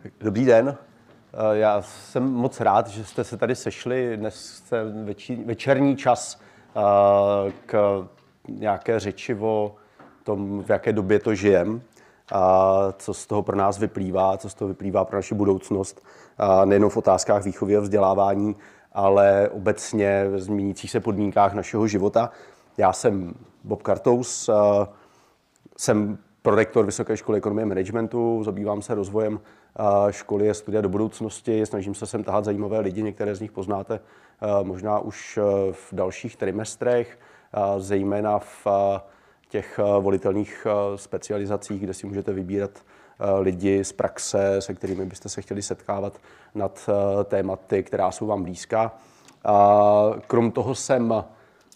Dobrý den. Já jsem moc rád, že jste se tady sešli. Dnes je večerní čas k nějaké řeči o tom, v jaké době to žijeme, co z toho pro nás vyplývá, co z toho vyplývá pro naši budoucnost, nejen v otázkách výchovy a vzdělávání, ale obecně v změnících se podmínkách našeho života. Já jsem Bob Kartous, jsem prorektor Vysoké školy ekonomie a managementu, zabývám se rozvojem školy a studia do budoucnosti, snažím se sem tahat zajímavé lidi, některé z nich poznáte možná už v dalších trimestrech, zejména v těch volitelných specializacích, kde si můžete vybírat lidi z praxe, se kterými byste se chtěli setkávat nad tématy, která jsou vám blízká. Krom toho jsem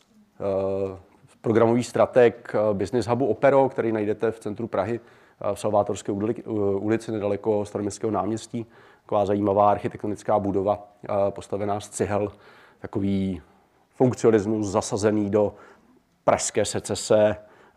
programový strateg Business Hubu Opero, který najdete v centru Prahy v Salvátorské ulici nedaleko Staroměstského náměstí. Taková zajímavá architektonická budova postavená z cihel, takový funkcionalismus zasazený do pražské secese,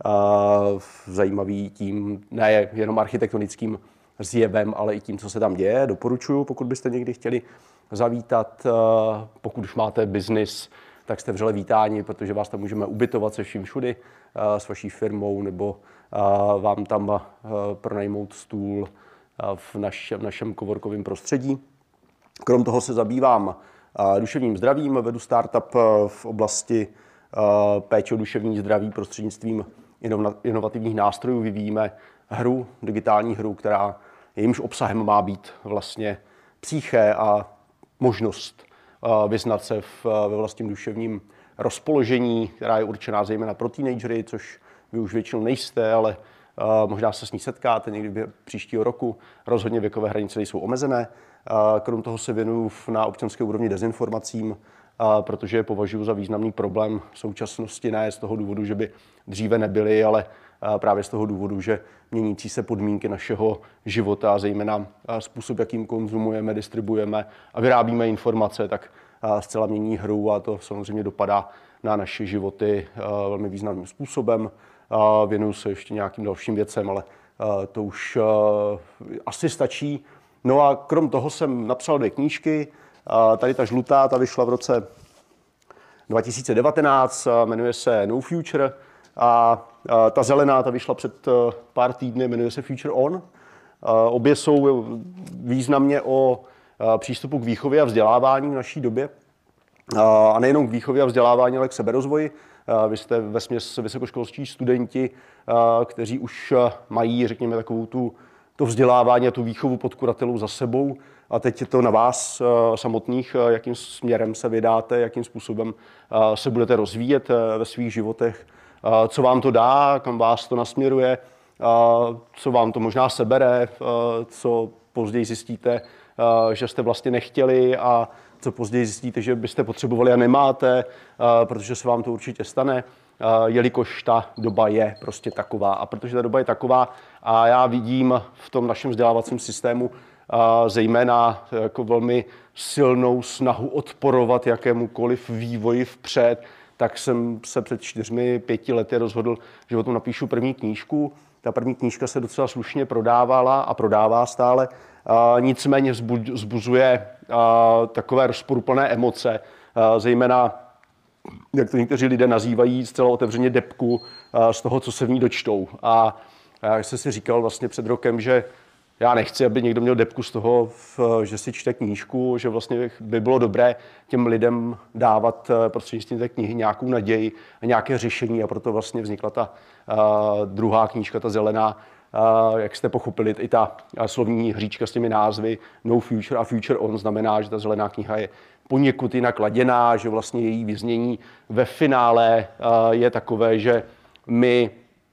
zajímavý tím, ne jenom architektonickým zjevem, ale i tím, co se tam děje. Doporučuji, pokud byste někdy chtěli zavítat, pokud už máte biznis, tak jste vřele vítáni, protože vás tam můžeme ubytovat se vším všudy s vaší firmou nebo vám tam pronajmout stůl v našem coworkovém prostředí. Krom toho se zabývám duševním zdravím, vedu startup v oblasti péče o duševní zdraví prostřednictvím inovativních nástrojů. Vyvíjíme hru, digitální hru, jejímž obsahem má být vlastně psyché a možnost vyznat se ve vlastním duševním rozpoložení, která je určená zejména pro teenagery, což vy už většinou nejste, ale možná se s ní setkáte někdy příštího roku. Rozhodně věkové hranice nejsou omezené. Krom toho se věnuju na občanské úrovni dezinformacím, protože je považuji za významný problém v současnosti, ne z toho důvodu, že by dříve nebyly, ale právě z toho důvodu, že měnící se podmínky našeho života, zejména způsob, jakým konzumujeme, distribuujeme a vyrábíme informace, tak zcela mění hru a to samozřejmě dopadá na naše životy velmi významným způsobem. Věnuju se ještě nějakým dalším věcem, ale to už asi stačí. No a krom toho jsem napsal 2 knížky. Tady ta žlutá, ta vyšla v roce 2019, jmenuje se No Future, a ta zelená, ta vyšla před pár týdny, jmenuje se Future On. Obě jsou významně o přístupu k výchově a vzdělávání v naší době. A nejenom k výchově a vzdělávání, ale k seberozvoji. Vy jste vesměs vysokoškolští studenti, kteří už mají, řekněme, takovou to vzdělávání a tu výchovu pod kuratelou za sebou. A teď je to na vás samotných, jakým směrem se vydáte, jakým způsobem se budete rozvíjet ve svých životech, co vám to dá, kam vás to nasměruje, co vám to možná sebere, co později zjistíte, že jste vlastně nechtěli a co později zjistíte, že byste potřebovali a nemáte, protože se vám to určitě stane, jelikož ta doba je prostě taková. A protože ta doba je taková a já vidím v tom našem vzdělávacím systému zejména jako velmi silnou snahu odporovat jakémukoliv vývoji vpřed, tak jsem se před 4-5 lety rozhodl, že o tom napíšu první knížku. Ta první knížka se docela slušně prodávala a prodává stále, nicméně vzbuzuje takové rozporuplné emoce, zejména, jak to někteří lidé nazývají, zcela otevřeně depku z toho, co se v ní dočtou. A já jsem si říkal vlastně před rokem, že já nechci, aby někdo měl depku z toho, že si čte knížku, že vlastně by bylo dobré těm lidem dávat prostřednictvím té knihy nějakou naději a nějaké řešení, a proto vlastně vznikla ta druhá knížka, ta zelená, jak jste pochopili, i ta slovní hříčka s těmi názvy No Future a Future On znamená, že ta zelená kniha je poněkud jinak laděná, že vlastně její vyznění ve finále je takové, že my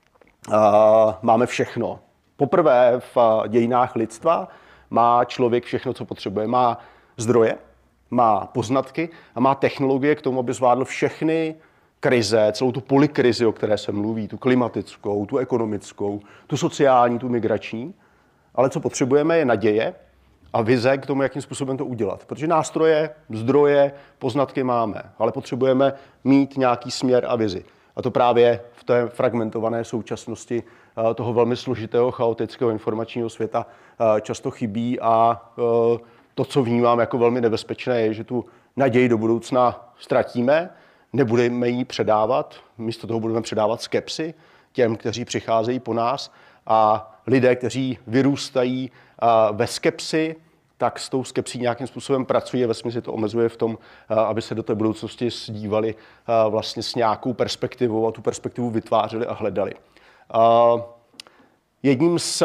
máme všechno. Poprvé v dějinách lidstva má člověk všechno, co potřebuje. Má zdroje, má poznatky a má technologie k tomu, aby zvládl všechny krize, celou tu polikrizi, o které se mluví, tu klimatickou, tu ekonomickou, tu sociální, tu migrační. Ale co potřebujeme, je naděje a vize k tomu, jakým způsobem to udělat. Protože nástroje, zdroje, poznatky máme, ale potřebujeme mít nějaký směr a vizi. A to právě v té fragmentované současnosti toho velmi složitého, chaotického informačního světa často chybí a to, co vnímám jako velmi nebezpečné, je, že tu naději do budoucna ztratíme, nebudeme ji předávat, místo toho budeme předávat skepsi těm, kteří přicházejí po nás a lidé, kteří vyrůstají ve skepsi, tak s tou skepsí nějakým způsobem pracují a vesměs to omezuje v tom, aby se do té budoucnosti dívali vlastně s nějakou perspektivou a tu perspektivu vytvářeli a hledali. Jedním z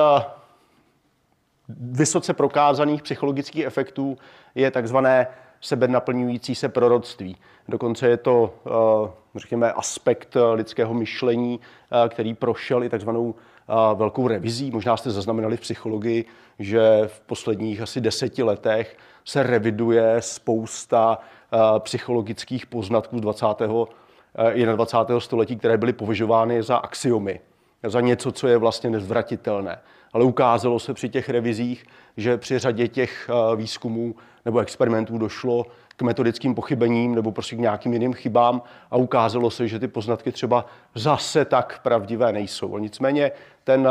vysoce prokázaných psychologických efektů je takzvané sebenaplňující se proroctví. Dokonce je to, řekněme, aspekt lidského myšlení, který prošel i takzvanou velkou revizí. Možná jste zaznamenali v psychologii, že v posledních asi 10 letech se reviduje spousta psychologických poznatků z 21. století, které byly považovány za axiomy, za něco, co je vlastně nezvratitelné. Ale ukázalo se při těch revizích, že při řadě těch výzkumů nebo experimentů došlo k metodickým pochybením nebo prostě k nějakým jiným chybám a ukázalo se, že ty poznatky třeba zase tak pravdivé nejsou. Nicméně ten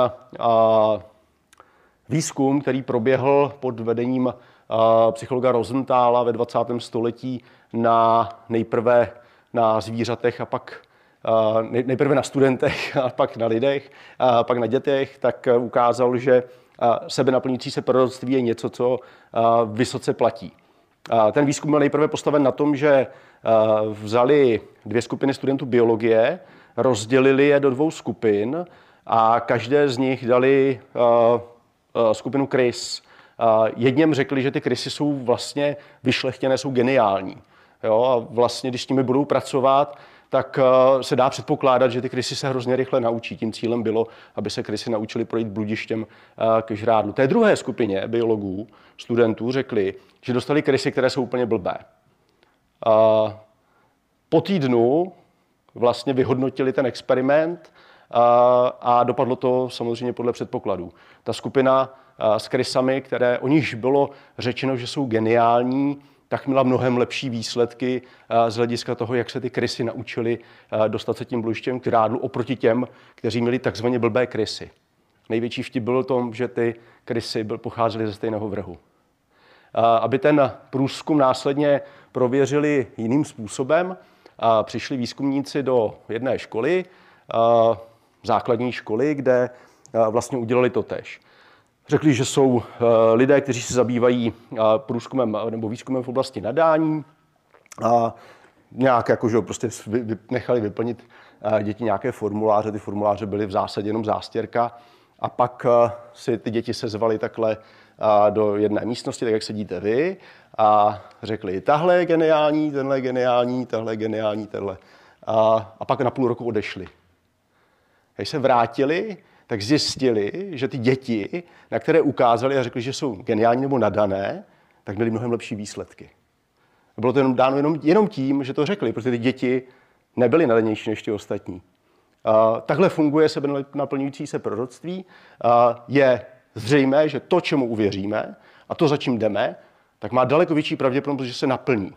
výzkum, který proběhl pod vedením psychologa Rosenthala ve 20. století nejprve na zvířatech a pak nejprve na studentech a pak na lidech a pak na dětech, tak ukázal, že sebenaplňující se proroctví je něco, co vysoce platí. Ten výzkum byl nejprve postaven na tom, že vzali 2 skupiny studentů biologie, rozdělili je do 2 skupin a každé z nich dali skupinu krys. Jedním řekli, že ty krysy jsou vlastně vyšlechtěné, jsou geniální. Jo? A vlastně, když s nimi budou pracovat, tak se dá předpokládat, že ty krysy se hrozně rychle naučí. Tím cílem bylo, aby se krysy naučili projít bludištěm ke žrádlu. Té druhé skupině biologů, studentů, řekli, že dostali krysy, které jsou úplně blbé. Po týdnu vlastně vyhodnotili ten experiment a dopadlo to samozřejmě podle předpokladů. Ta skupina s krysami, o nichž bylo řečeno, že jsou geniální, tak měla mnohem lepší výsledky z hlediska toho, jak se ty krysy naučili dostat se tím bludištěm k žrádlu oproti těm, kteří měli takzvaně blbé krysy. Největší vtip byl v tom, že ty krysy pocházely ze stejného vrhu. Aby ten průzkum následně prověřili jiným způsobem, přišli výzkumníci do jedné školy, základní školy, kde vlastně udělali totéž. Řekli, že jsou lidé, kteří se zabývají průzkumem nebo výzkumem v oblasti nadání a nějak jakože prostě nechali vyplnit děti nějaké formuláře. Ty formuláře byly v zásadě jenom zástěrka a pak si ty děti sezvali takhle do jedné místnosti, tak jak sedíte vy, a řekli, tahle je geniální, tenhle je geniální, tahle je geniální, tenhle. A pak na půl roku odešli. Když se vrátili, tak zjistili, že ty děti, na které ukázali a řekli, že jsou geniální nebo nadané, tak měly mnohem lepší výsledky. Bylo to dáno jenom tím, že to řekli, protože ty děti nebyly nadanější než ty ostatní. Takhle funguje sebenaplňující se proroctví. Je zřejmé, že to, čemu uvěříme a to, za čím jdeme, tak má daleko větší pravděpodobnost, že se naplní.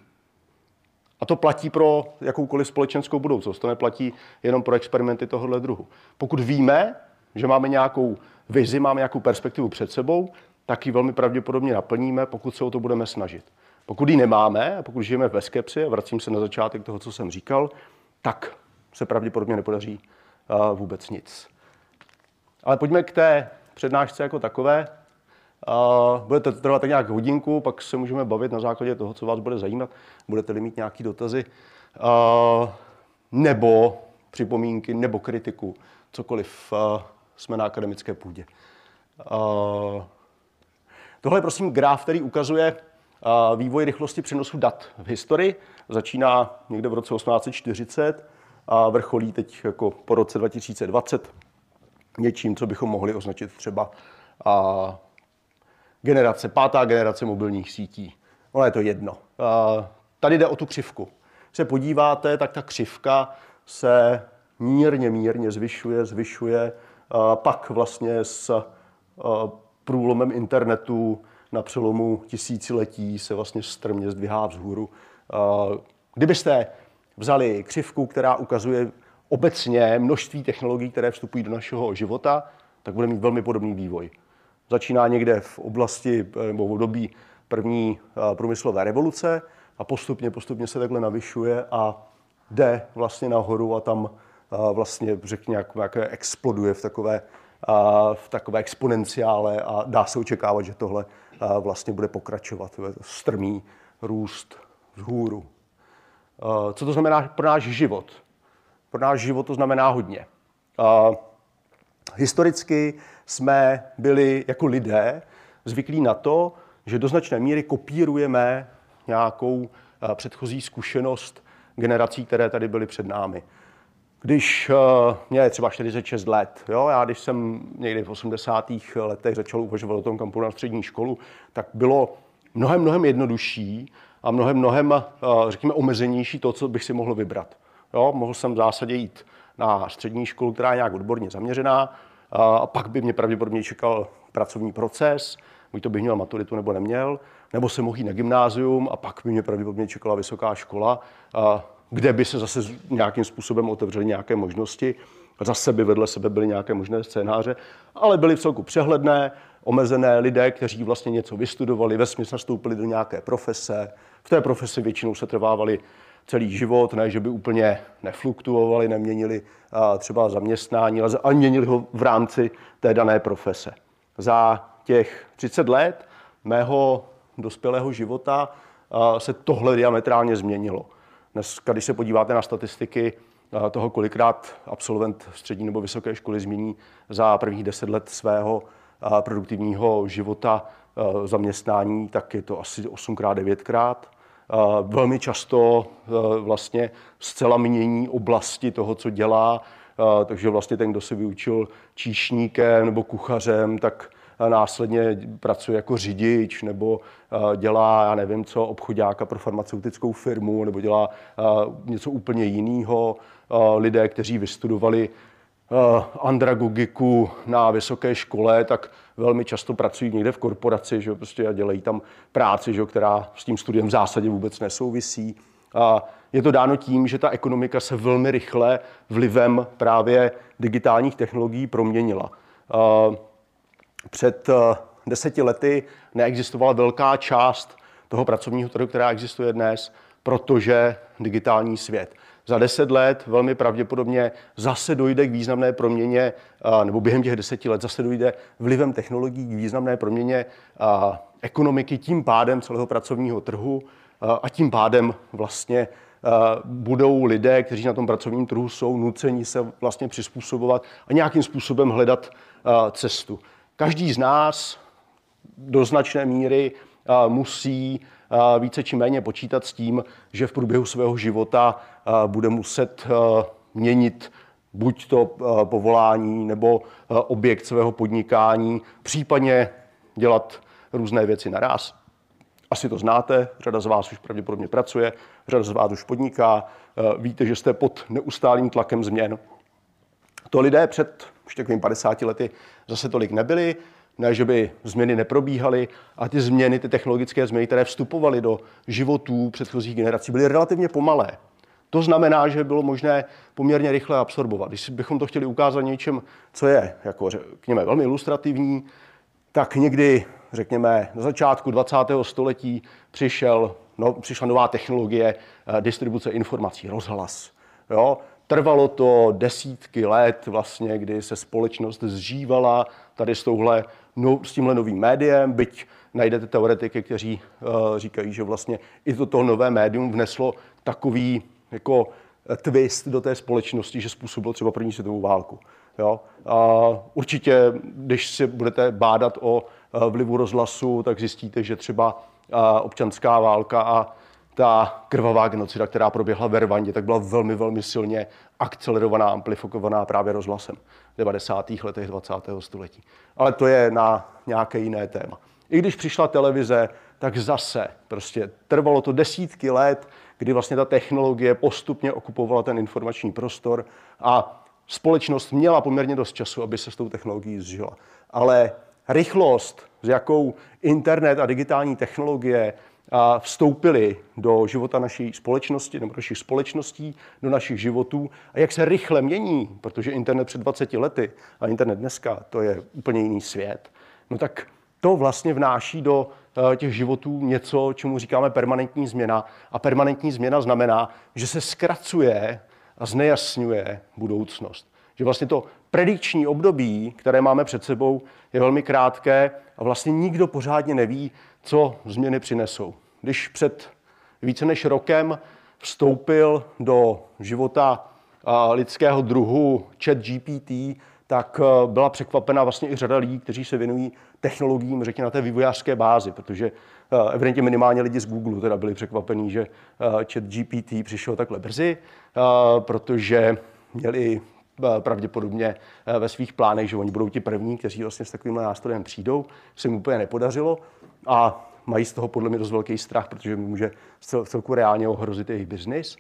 A to platí pro jakoukoliv společenskou budoucnost. To neplatí jenom pro experimenty tohoto druhu. Pokud víme, že máme nějakou vizi, máme nějakou perspektivu před sebou, tak ji velmi pravděpodobně naplníme, pokud se o to budeme snažit. Pokud ji nemáme, a pokud žijeme ve skepsi, a vracím se na začátek toho, co jsem říkal, tak se pravděpodobně nepodaří vůbec nic. Ale pojďme k té přednášce jako takové. Bude to trvat tak nějak hodinku, pak se můžeme bavit na základě toho, co vás bude zajímat. Budete-li mít nějaké dotazy, nebo připomínky, nebo kritiku, cokoliv, jsme na akademické půdě. Tohle je prosím graf, který ukazuje vývoj rychlosti přenosu dat v historii. Začíná někde v roce 1840 a vrcholí teď jako po roce 2020 něčím, co bychom mohli označit třeba pátá generace mobilních sítí. Ono je to jedno. Tady jde o tu křivku. Když se podíváte, tak ta křivka se mírně zvyšuje. Pak vlastně s průlomem internetu na přelomu tisíciletí se vlastně strmě zdvihá vzhůru. Kdybyste vzali křivku, která ukazuje obecně množství technologií, které vstupují do našeho života, tak bude mít velmi podobný vývoj. Začíná někde v oblasti nebo v období první průmyslové revoluce a postupně se takhle navyšuje a jde vlastně nahoru a tam vlastně řekněme jak exploduje v takové exponenciále a dá se očekávat, že tohle vlastně bude pokračovat. To je strmý růst vzhůru. Co to znamená pro náš život? Pro náš život to znamená hodně. Historicky jsme byli jako lidé zvyklí na to, že do značné míry kopírujeme nějakou předchozí zkušenost generací, které tady byly před námi. Když mě je třeba 46 let, jo, já když jsem někdy v 80. letech začal uvažovat o tom, kam půjdu na střední školu, tak bylo mnohem jednodušší a mnohem řekněme, omezenější to, co bych si mohl vybrat. Jo, mohl jsem v zásadě jít na střední školu, která je nějak odborně zaměřená, a pak by mě pravděpodobně čekal pracovní proces, buď to bych měl maturitu nebo neměl, nebo jsem mohl jít na gymnázium a pak by mě pravděpodobně čekala vysoká škola, kde by se zase nějakým způsobem otevřely nějaké možnosti. Zase by vedle sebe byly nějaké možné scénáře, ale byly vcelku přehledné, omezené lidé, kteří vlastně něco vystudovali, vesměs nastoupili do nějaké profese. V té profesi většinou se trvávali celý život, ne, že by úplně nefluktuovali, neměnili třeba zaměstnání, ale měnili ho v rámci té dané profese. Za těch 30 let mého dospělého života se tohle diametrálně změnilo. Dneska, když se podíváte na statistiky toho, kolikrát absolvent střední nebo vysoké školy změní za prvních 10 let svého produktivního života zaměstnání, tak je to asi 8krát, 9krát. Velmi často vlastně zcela mění oblasti toho, co dělá, takže vlastně ten, kdo se vyučil číšníkem nebo kuchařem, tak následně pracuje jako řidič nebo dělá, já nevím co, obchoďáka pro farmaceutickou firmu nebo dělá něco úplně jiného. Lidé, kteří vystudovali andragogiku na vysoké škole, tak velmi často pracují někde v korporaci, že prostě a dělají tam práci, že která s tím studiem v zásadě vůbec nesouvisí. Je to dáno tím, že ta ekonomika se velmi rychle vlivem právě digitálních technologií proměnila. Před 10 lety neexistovala velká část toho pracovního trhu, která existuje dnes, protože digitální svět. Za 10 let velmi pravděpodobně zase dojde k významné proměně, nebo během těch 10 let zase dojde vlivem technologií k významné proměně ekonomiky, tím pádem celého pracovního trhu a tím pádem vlastně budou lidé, kteří na tom pracovním trhu jsou, nuceni se vlastně přizpůsobovat a nějakým způsobem hledat cestu. Každý z nás do značné míry musí více či méně počítat s tím, že v průběhu svého života bude muset měnit buď to povolání nebo objekt svého podnikání, případně dělat různé věci naráz. Asi to znáte, řada z vás už pravděpodobně pracuje, řada z vás už podniká, víte, že jste pod neustálým tlakem změn. To lidé před už takovým 50 lety zase tolik nebyli, ne, že by změny neprobíhaly, a ty změny, ty technologické změny, které vstupovaly do životů předchozích generací, byly relativně pomalé. To znamená, že bylo možné poměrně rychle absorbovat. Když bychom to chtěli ukázat něčem, co je, jako řekněme, velmi ilustrativní, tak někdy, řekněme, na začátku 20. století přišla nová technologie distribuce informací, rozhlas. Jo? Trvalo to desítky let, vlastně, kdy se společnost zžívala tady s tímhle novým médiem, byť najdete teoretiky, kteří říkají, že vlastně i toto nové médium vneslo takový jako twist do té společnosti, že způsobilo třeba první světovou válku. Jo? Určitě, když si budete bádat o vlivu rozhlasu, tak zjistíte, že třeba občanská válka a ta krvavá genocida, která proběhla ve Rwandě, tak byla velmi, velmi silně akcelerovaná, amplifikovaná právě rozhlasem v 90. letech 20. století. Ale to je na nějaké jiné téma. I když přišla televize, tak zase prostě trvalo to desítky let, kdy vlastně ta technologie postupně okupovala ten informační prostor a společnost měla poměrně dost času, aby se s tou technologií zžila. Ale rychlost, s jakou internet a digitální technologie vstoupily do života naší společnosti nebo našich společností, do našich životů a jak se rychle mění, protože internet před 20 lety a internet dneska, to je úplně jiný svět, no tak to vlastně vnáší do těch životů něco, čemu říkáme permanentní změna. A permanentní změna znamená, že se zkracuje a znejasňuje budoucnost. Že vlastně to predikční období, které máme před sebou, je velmi krátké a vlastně nikdo pořádně neví, co změny přinesou. Když před více než rokem vstoupil do života lidského druhu ChatGPT, tak byla překvapena vlastně i řada lidí, kteří se věnují technologiím, řekněme, na té vývojářské bázi, protože evidentně minimálně lidi z Google teda byli překvapení, že ChatGPT přišel takhle brzy, protože měli pravděpodobně ve svých plánech, že oni budou ti první, kteří vlastně s takovýmhle nástrojem přijdou, se jim úplně nepodařilo a mají z toho podle mě dost velký strach, protože může celku reálně ohrozit jejich biznis.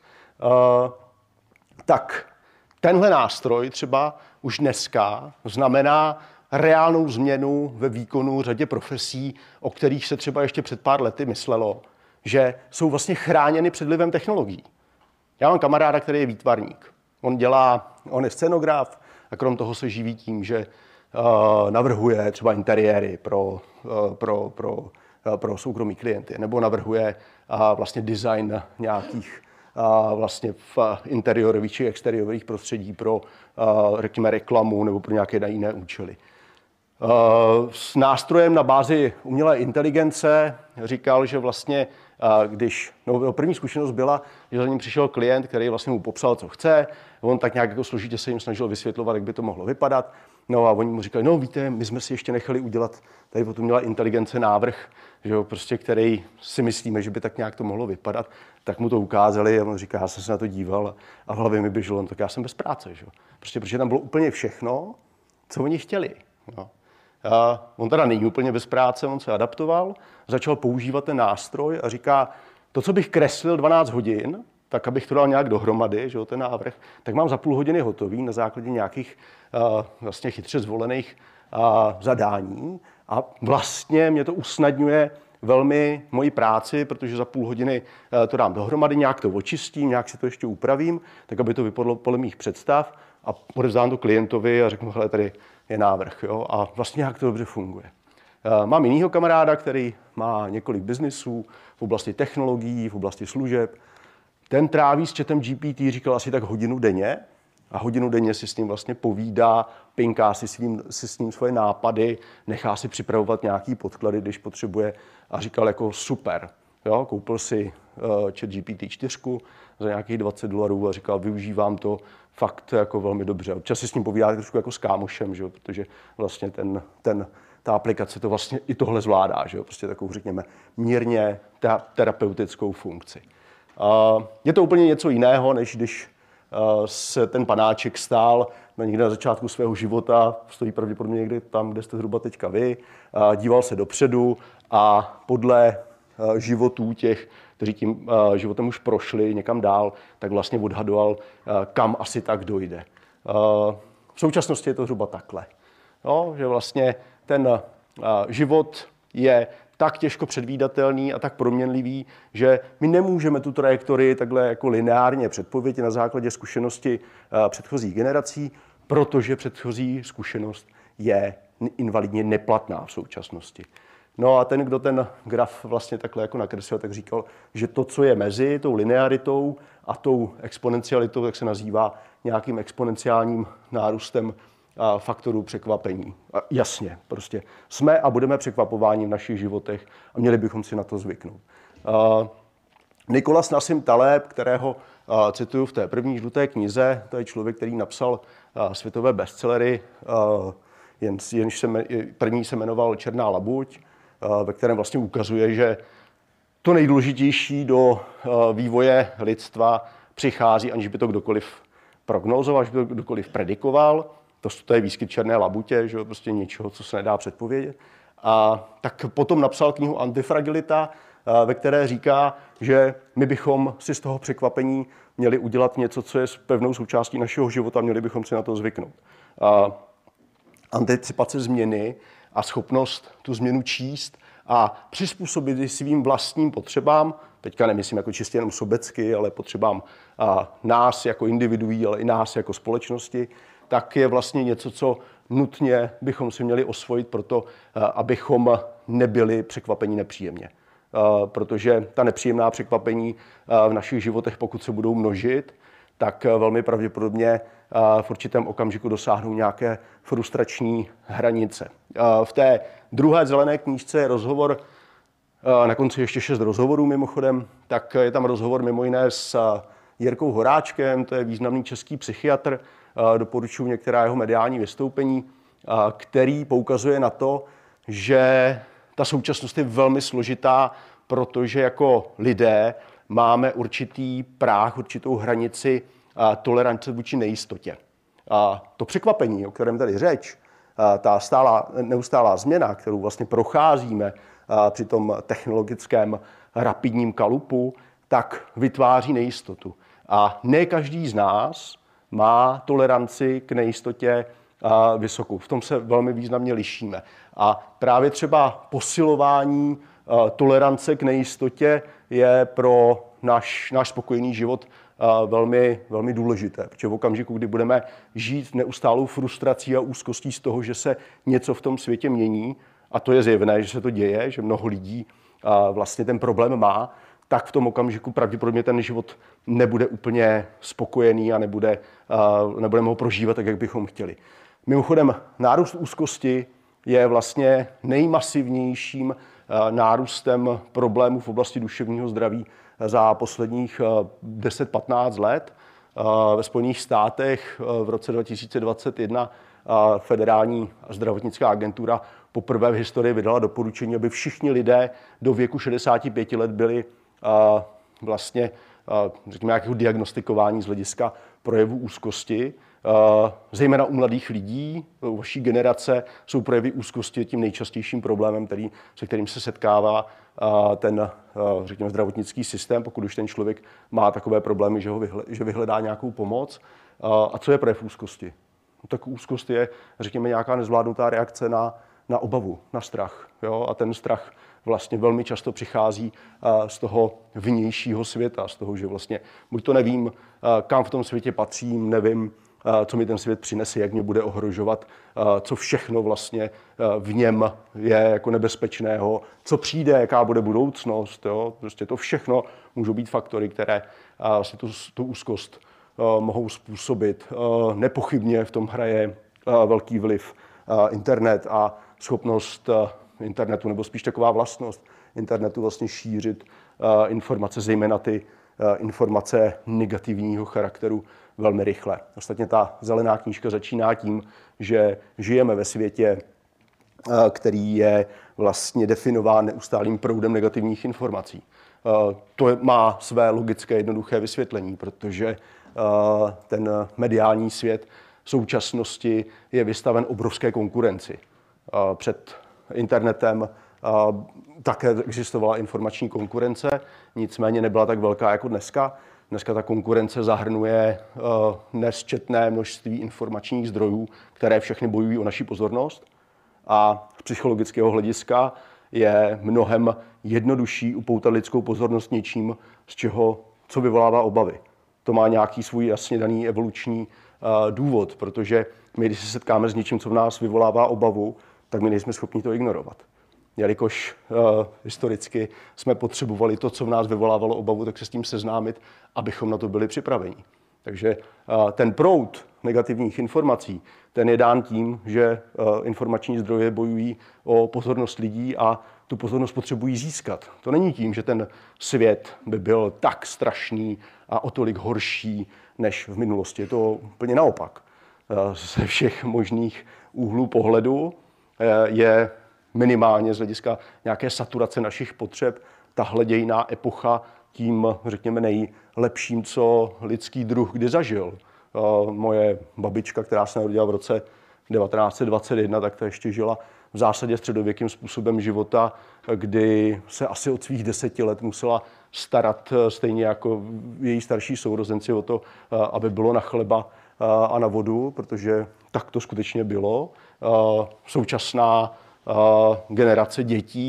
Tak tenhle nástroj třeba už dneska znamená reálnou změnu ve výkonu řadě profesí, o kterých se třeba ještě před pár lety myslelo, že jsou vlastně chráněny před vlivem technologií. Já mám kamaráda, který je výtvarník. On je scenograf a krom toho se živí tím, že navrhuje třeba interiéry pro soukromí klienty, nebo navrhuje vlastně design nějakých vlastně v interiorových či exteriorových prostředí pro, řekněme, reklamu nebo pro nějaké jiné účely. S nástrojem na bázi umělé inteligence říkal, že vlastně, první zkušenost byla, že za ním přišel klient, který vlastně mu popsal, co chce, on tak nějak jako složitě se jim snažil vysvětlovat, jak by to mohlo vypadat, no a oni mu říkali, no víte, my jsme si ještě nechali udělat tady od umělé inteligence návrh, že jo, prostě, který si myslíme, že by tak nějak to mohlo vypadat, tak mu to ukázali a on říká, já jsem se na to díval a v hlavě mi běželo, no tak já jsem bez práce, že jo, prostě, protože tam bylo úplně všechno, co oni chtěli, no. On teda není úplně bez práce, on se adaptoval, začal používat ten nástroj a říká, to, co bych kreslil 12 hodin, tak abych to dal nějak dohromady, že jo, ten návrh, tak mám za půl hodiny hotový na základě nějakých vlastně chytře zvolených zadání a vlastně mě to usnadňuje velmi moji práci, protože za půl hodiny to dám dohromady, nějak to očistím, nějak si to ještě upravím, tak aby to vypadlo podle mých představ a odevzdám to klientovi a řeknu, hele, tady je návrh, jo, a vlastně nějak to dobře funguje. Mám jinýho kamaráda, který má několik biznisů v oblasti technologií, v oblasti služeb. Ten tráví s chatem GPT, říkal, asi tak hodinu denně a hodinu denně si s ním vlastně povídá, pinká si s ním svoje nápady, nechá si připravovat nějaký podklady, když potřebuje a říkal jako super. Jo, koupil si ChatGPT 4 za nějakých $20 a říkal, využívám to fakt jako velmi dobře. Občas si s ním povídá trošku jako s kámošem, že jo, protože vlastně ta aplikace to vlastně i tohle zvládá, že jo, prostě takovou, řekněme, mírně terapeutickou funkci. Je to úplně něco jiného, než když se ten panáček stál někde na začátku svého života, stojí pravděpodobně někde tam, kde jste zhruba teďka vy, díval se dopředu a podle životů těch, kteří tím životem už prošli někam dál, tak vlastně odhadoval, kam asi tak dojde. V současnosti je to zhruba takhle. No, že vlastně ten život je tak těžko předvídatelný a tak proměnlivý, že my nemůžeme tu trajektorii takhle jako lineárně předpovědět na základě zkušenosti předchozích generací, protože předchozí zkušenost je invalidně neplatná v současnosti. No a ten, kdo ten graf vlastně takhle jako nakreslil, tak říkal, že to, co je mezi tou linearitou a tou exponencialitou, tak se nazývá nějakým exponenciálním nárůstem faktorů překvapení. A jasně, prostě jsme a budeme překvapováni v našich životech a měli bychom si na to zvyknout. Nicholas Nassim Taleb, kterého cituju v té první žluté knize, to je člověk, který napsal světové bestsellery, první se jmenoval Černá labuť, ve kterém vlastně ukazuje, že to nejdůležitější do vývoje lidstva přichází, aniž by to kdokoliv prognózoval, aniž by to kdokoliv predikoval. To je výskyt černé labutě, že prostě něčeho, co se nedá předpovědět. A tak potom napsal knihu Antifragilita, ve které říká, že my bychom si z toho překvapení měli udělat něco, co je pevnou součástí našeho života, měli bychom si na to zvyknout. Anticipace změny a schopnost tu změnu číst a přizpůsobit ji svým vlastním potřebám, teďka nemyslím jako čistě jenom sobecky, ale potřebám nás jako individuí, ale i nás jako společnosti, tak je vlastně něco, co nutně bychom si měli osvojit proto, abychom nebyli překvapeni nepříjemně. Protože ta nepříjemná překvapení v našich životech, pokud se budou množit, tak velmi pravděpodobně v určitém okamžiku dosáhnou nějaké frustrační hranice. V té druhé zelené knížce je rozhovor, na konci ještě 6 rozhovorů mimochodem, tak je tam rozhovor mimo jiné s Jirkou Horáčkem, to je významný český psychiatr, doporučuji některá jeho mediální vystoupení, který poukazuje na to, že ta současnost je velmi složitá, protože jako lidé máme určitý práh, určitou hranici tolerance vůči nejistotě. A to překvapení, o kterém tady řeč, ta neustálá změna, kterou vlastně procházíme při tom technologickém rapidním kalupu, tak vytváří nejistotu. A ne každý z nás má toleranci k nejistotě vysokou. V tom se velmi významně lišíme. A právě třeba posilování tolerance k nejistotě je pro náš spokojený život velmi, velmi důležité. Protože v okamžiku, kdy budeme žít neustálou frustrací a úzkostí z toho, že se něco v tom světě mění, a to je zjevné, že se to děje, že mnoho lidí vlastně ten problém má, tak v tom okamžiku pravděpodobně ten život nebude úplně spokojený a nebudeme ho prožívat tak, jak bychom chtěli. Mimochodem, nárůst úzkosti je vlastně nejmasivnějším nárůstem problémů v oblasti duševního zdraví za posledních 10-15 let. Ve Spojených státech v roce 2021 Federální zdravotnická agentura poprvé v historii vydala doporučení, aby všichni lidé do věku 65 let byli vlastně, řekněme, nějakého diagnostikování z hlediska projevu úzkosti. Zejména u mladých lidí, u vaší generace, jsou projevy úzkosti tím nejčastějším problémem, se kterým se setkává ten, řekněme, zdravotnický systém, pokud už ten člověk má takové problémy, že vyhledá nějakou pomoc. A co je projev úzkosti? No, tak úzkost je, řekněme, nějaká nezvládnutá reakce na obavu, na strach. Jo? A ten strach vlastně velmi často přichází z toho vnějšího světa, z toho, že vlastně buď to nevím, kam v tom světě patřím, nevím, co mi ten svět přinese, jak mě bude ohrožovat, co všechno vlastně v něm je jako nebezpečného, co přijde, jaká bude budoucnost. Jo? Prostě to všechno můžou být faktory, které vlastně tu úzkost mohou způsobit. Nepochybně v tom hraje velký vliv internet a schopnost internetu, nebo spíš taková vlastnost internetu vlastně šířit informace, zejména ty informace negativního charakteru velmi rychle. Ostatně ta zelená knížka začíná tím, že žijeme ve světě, který je vlastně definován neustálým proudem negativních informací. To má své logické jednoduché vysvětlení, protože ten mediální svět v současnosti je vystaven obrovské konkurenci. Před internetem také existovala informační konkurence, nicméně nebyla tak velká jako dneska. Dneska ta konkurence zahrnuje nesčetné množství informačních zdrojů, které všechny bojují o naši pozornost. A z psychologického hlediska je mnohem jednodušší upoutat lidskou pozornost něčím, co vyvolává obavy. To má nějaký svůj jasně daný evoluční důvod, protože my, když se setkáme s něčím, co v nás vyvolává obavu, tak my nejsme schopni to ignorovat. Jelikož historicky jsme potřebovali to, co v nás vyvolávalo obavu, tak se s tím seznámit, abychom na to byli připraveni. Takže ten proud negativních informací, ten je dán tím, že informační zdroje bojují o pozornost lidí a tu pozornost potřebují získat. To není tím, že ten svět by byl tak strašný a o tolik horší než v minulosti. Je to úplně naopak. Ze všech možných úhlů pohledu je minimálně z hlediska nějaké saturace našich potřeb tahle dějinná epocha tím, řekněme, nejlepším, co lidský druh kdy zažil. Moje babička, která se narodila v roce 1921, tak ta ještě žila v zásadě středověkým způsobem života, kdy se asi od svých 10 let musela starat stejně jako její starší sourozenci o to, aby bylo na chleba a na vodu, protože tak to skutečně bylo. Současná generace dětí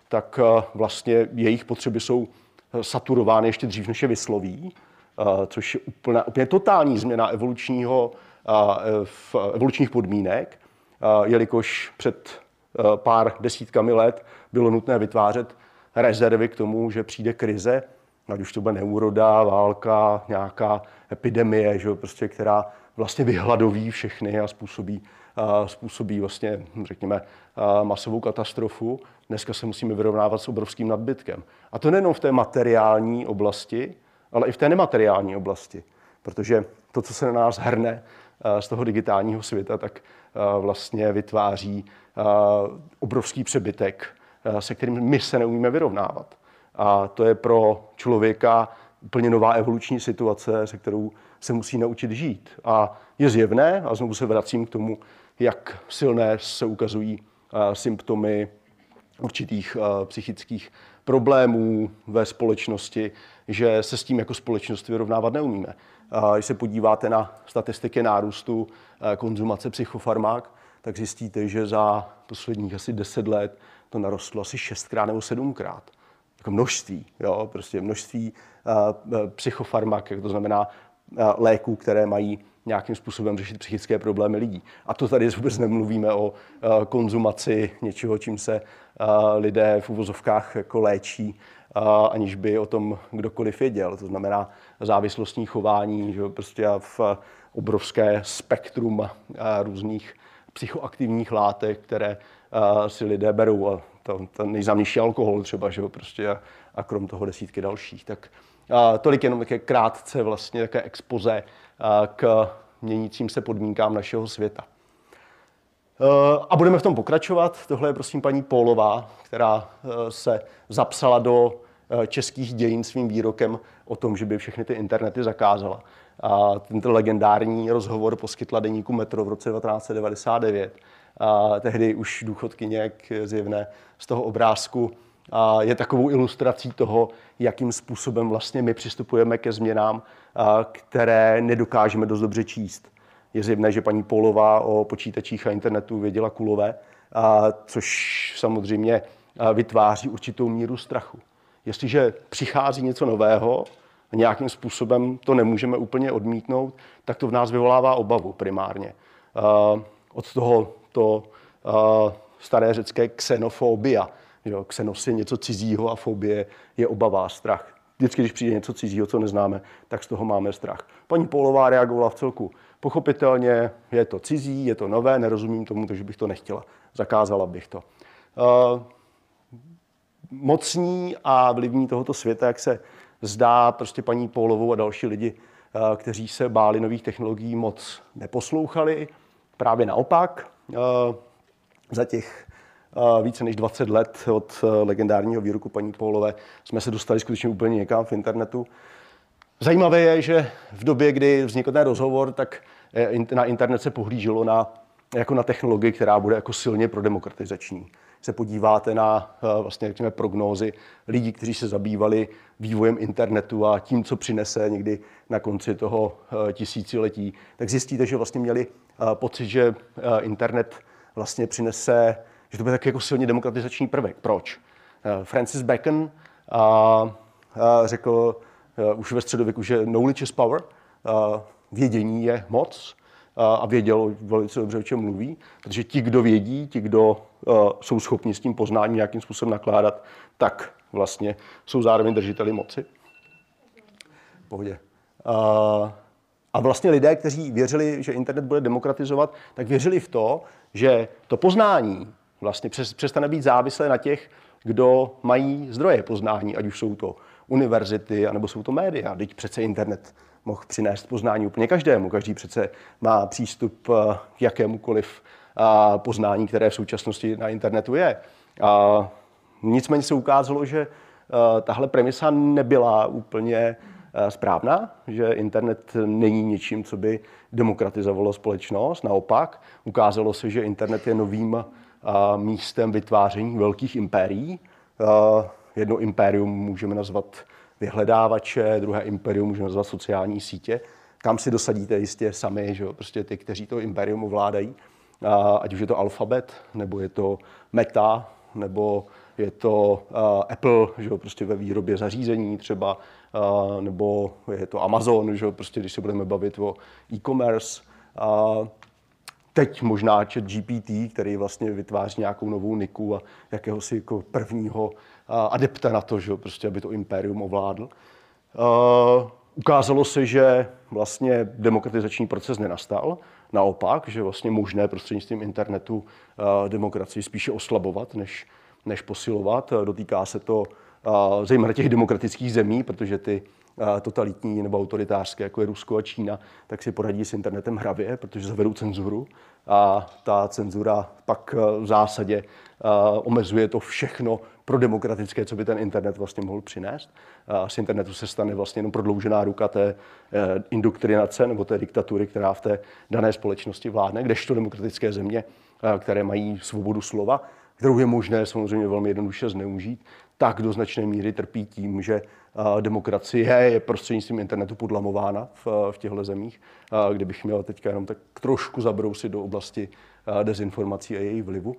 tak vlastně jejich potřeby jsou saturovány ještě dřív, než je vysloví, což je úplně totální změna evolučních podmínek, jelikož před pár desítkami let bylo nutné vytvářet rezervy k tomu, že přijde krize, ať už to bude neúroda, válka, nějaká epidemie, že, prostě, která vlastně vyhladoví všechny a způsobí vlastně, řekněme, masovou katastrofu. Dneska se musíme vyrovnávat s obrovským nadbytkem. A to nejenom v té materiální oblasti, ale i v té nemateriální oblasti. Protože to, co se na nás hrne z toho digitálního světa, tak vlastně vytváří obrovský přebytek, se kterým my se neumíme vyrovnávat. A to je pro člověka úplně nová evoluční situace, se kterou se musí naučit žít. A je zjevné, a znovu se vracím k tomu, jak silné se ukazují symptomy určitých psychických problémů ve společnosti, že se s tím jako společnost vyrovnávat neumíme. Když se podíváte na statistiky nárůstu konzumace psychofarmák, tak zjistíte, že za posledních asi 10 let to narostlo asi 6krát nebo 7krát. Jako množství, jo? Prostě množství psychofarmak, to znamená léků, které mají nějakým způsobem řešit psychické problémy lidí. A to tady vůbec nemluvíme o konzumaci něčeho, čím se lidé v uvozovkách jako léčí, aniž by o tom kdokoliv věděl. To znamená závislostní chování, že prostě v obrovské spektrum různých psychoaktivních látek, které si lidé berou. A ten nejznámější alkohol třeba, že prostě a krom toho desítky dalších. Tak tolik jenom také krátce vlastně také expoze k měnícím se podmínkám našeho světa. A budeme v tom pokračovat. Tohle je prosím paní Pólová, která se zapsala do českých dějin svým výrokem o tom, že by všechny ty internety zakázala. A tento legendární rozhovor poskytla deníku Metro v roce 1999. A tehdy už důchodkyně, jak je zjevné z toho obrázku, je takovou ilustrací toho, jakým způsobem vlastně my přistupujeme ke změnám, které nedokážeme dost dobře číst. Je zjevné, že paní Pólová o počítačích a internetu věděla kulové, což samozřejmě vytváří určitou míru strachu. Jestliže přichází něco nového, nějakým způsobem to nemůžeme úplně odmítnout, tak to v nás vyvolává obavu primárně. Od toho to staré řecké xenofobia. Xenos je něco cizího a fobie je obava, strach. Vždycky, když přijde něco cizího, co neznáme, tak z toho máme strach. Paní Pólová reagovala v celku pochopitelně, je to cizí, je to nové, nerozumím tomu, takže bych to nechtěla. Zakázala bych to. Mocní a vlivní tohoto světa, jak se zdá, prostě paní Pólovou a další lidi, kteří se báli nových technologií, moc neposlouchali. Právě naopak, za těch více než 20 let od legendárního výroku paní Pólové jsme se dostali skutečně úplně někam v internetu. Zajímavé je, že v době, kdy vznikl ten rozhovor, tak na internet se pohlíželo jako na technologii, která bude jako silně prodemokratizační. Se podíváte na vlastně, řekněme, prognózy lidí, kteří se zabývali vývojem internetu a tím, co přinese někdy na konci toho tisíciletí, tak zjistíte, že vlastně měli pocit, že internet vlastně přinese, že to bude taky jako silně demokratizační prvek. Proč? Francis Bacon řekl už ve středověku, že knowledge is power, vědění je moc, a věděl velice dobře, o čem mluví, protože ti, kdo vědí, ti, kdo jsou schopni s tím poznáním nějakým způsobem nakládat, tak vlastně jsou zároveň držiteli moci. Pohodě. A vlastně lidé, kteří věřili, že internet bude demokratizovat, tak věřili v to, že to poznání vlastně přestane být závislé na těch, kdo mají zdroje poznání, ať už jsou to univerzity, anebo jsou to média. Teď přece internet mohl přinést poznání úplně každému. Každý přece má přístup k jakémukoliv poznání, které v současnosti na internetu je. Nicméně se ukázalo, že tahle premisa nebyla úplně správná, že internet není ničím, co by demokratizovalo společnost. Naopak, ukázalo se, že internet je novým místem vytváření velkých impérií. Jedno impérium můžeme nazvat vyhledávače, druhé impérium můžeme nazvat sociální sítě. Kam si dosadíte jistě sami, že prostě ty, kteří to impérium ovládají. Ať už je to Alphabet, nebo je to Meta, nebo je to Apple, že jo, prostě ve výrobě zařízení třeba, nebo je to Amazon, že jo, prostě když se budeme bavit o e-commerce. Teď možná ChatGPT, který vlastně vytváří nějakou novou Niku a jakéhosi jako prvního adepta na to, že jo, prostě aby to impérium ovládl. Ukázalo se, že vlastně demokratizační proces nenastal. Naopak, že vlastně možné prostřednictvím internetu demokracii spíše oslabovat, než posilovat. Dotýká se to zejména těch demokratických zemí, protože ty totalitní nebo autoritářské, jako je Rusko a Čína, tak si poradí s internetem hravě, protože zavedou cenzuru a ta cenzura pak v zásadě omezuje to všechno pro demokratické, co by ten internet vlastně mohl přinést. Z internetu se stane vlastně jenom prodloužená ruka té indoktrinace nebo té diktatury, která v té dané společnosti vládne, kdežto demokratické země, které mají svobodu slova, kterou je možné samozřejmě velmi jednoduše zneužít, tak do značné míry trpí tím, že demokracie je prostřednictvím internetu podlamována v těchto zemích. Kdybych měl teďka jenom tak trošku zabrousit do oblasti dezinformací a jejich vlivu.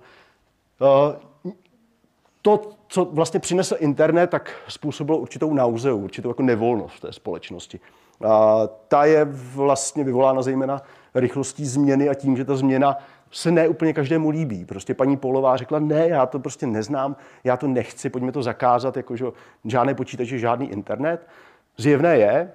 To, co vlastně přinesl internet, tak způsobilo určitou nauzeu, určitou jako nevolnost v té společnosti. Ta je vlastně vyvolána zejména rychlostí změny a tím, že ta změna se ne úplně každému líbí. Prostě paní Polová řekla, ne, já to prostě neznám, já to nechci, pojďme to zakázat, jakože žádné počítače, žádný internet. Zjevné je,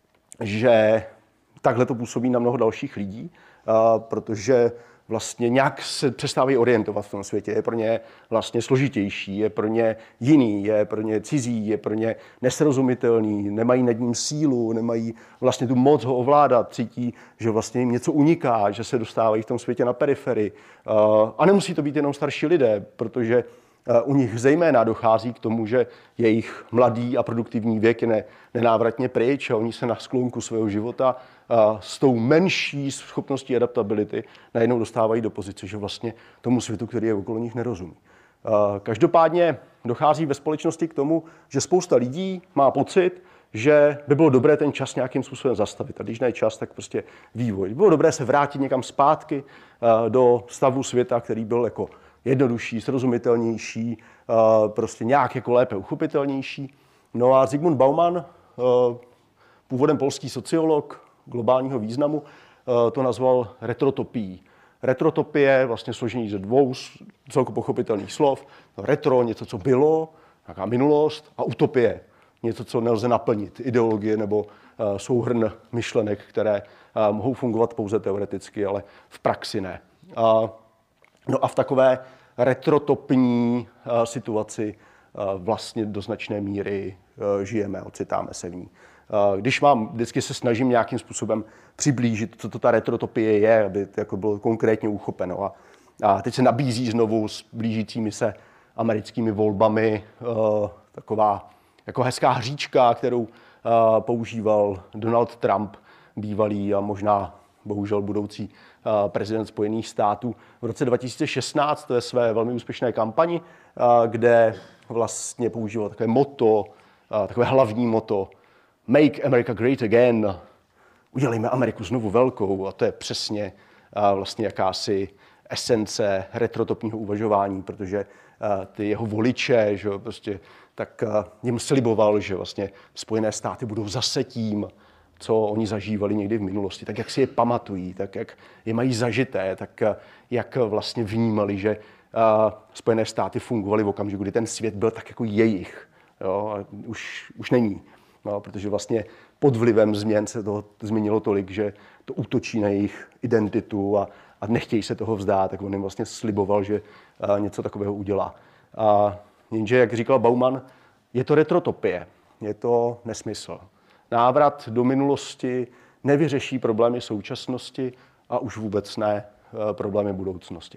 že takhle to působí na mnoho dalších lidí, protože vlastně nějak se přestávají orientovat v tom světě. Je pro ně vlastně složitější, je pro ně jiný, je pro ně cizí, je pro ně nesrozumitelný, nemají nad ním sílu, nemají vlastně tu moc ho ovládat, cítí, že vlastně jim něco uniká, že se dostávají v tom světě na periferii. A nemusí to být jenom starší lidé, protože u nich zejména dochází k tomu, že jejich mladý a produktivní věk je nenávratně pryč a oni se na sklonku svého života s tou menší schopností adaptability najednou dostávají do pozice, že vlastně tomu světu, který je okolo nich, nerozumí. Každopádně dochází ve společnosti k tomu, že spousta lidí má pocit, že by bylo dobré ten čas nějakým způsobem zastavit. A když ne čas, tak prostě vývoj. By bylo dobré se vrátit někam zpátky do stavu světa, který byl jako jednodušší, srozumitelnější, prostě nějak jako lépe uchopitelnější. No a Zygmunt Bauman, původem polský sociolog globálního významu, to nazval retrotopií. Retrotopie vlastně složení ze dvou celko pochopitelných slov. Retro, něco, co bylo, nějaká minulost, a utopie, něco, co nelze naplnit. Ideologie nebo souhrn myšlenek, které mohou fungovat pouze teoreticky, ale v praxi ne. No a v takové retrotopní situaci vlastně do značné míry žijeme, ocitáme se v ní. Když vždycky se snažím nějakým způsobem přiblížit, co to ta retrotopie je, aby to jako bylo konkrétně uchopeno. A teď se nabízí znovu s blížícími se americkými volbami taková jako hezká hříčka, kterou používal Donald Trump, bývalý a možná bohužel budoucí prezident Spojených států v roce 2016 ve své velmi úspěšné kampani, kde vlastně používal takové motto, takové hlavní motto Make America Great Again, udělejme Ameriku znovu velkou, a to je přesně vlastně jakási esence retrotopního uvažování, protože ty jeho voliče, že prostě, tak jim sliboval, že vlastně Spojené státy budou zase tím, co oni zažívali někdy v minulosti, tak jak si je pamatují, tak jak je mají zažité, tak jak vlastně vnímali, že Spojené státy fungovaly v okamžiku, kdy ten svět byl tak jako jejich. Jo, a už není. No, protože vlastně pod vlivem změn se to změnilo tolik, že to útočí na jejich identitu a nechtějí se toho vzdát, tak on jim vlastně sliboval, že něco takového udělá. Jenže, jak říkal Bauman, je to retrotopie, je to nesmysl. Návrat do minulosti nevyřeší problémy současnosti a už vůbec ne problémy budoucnosti.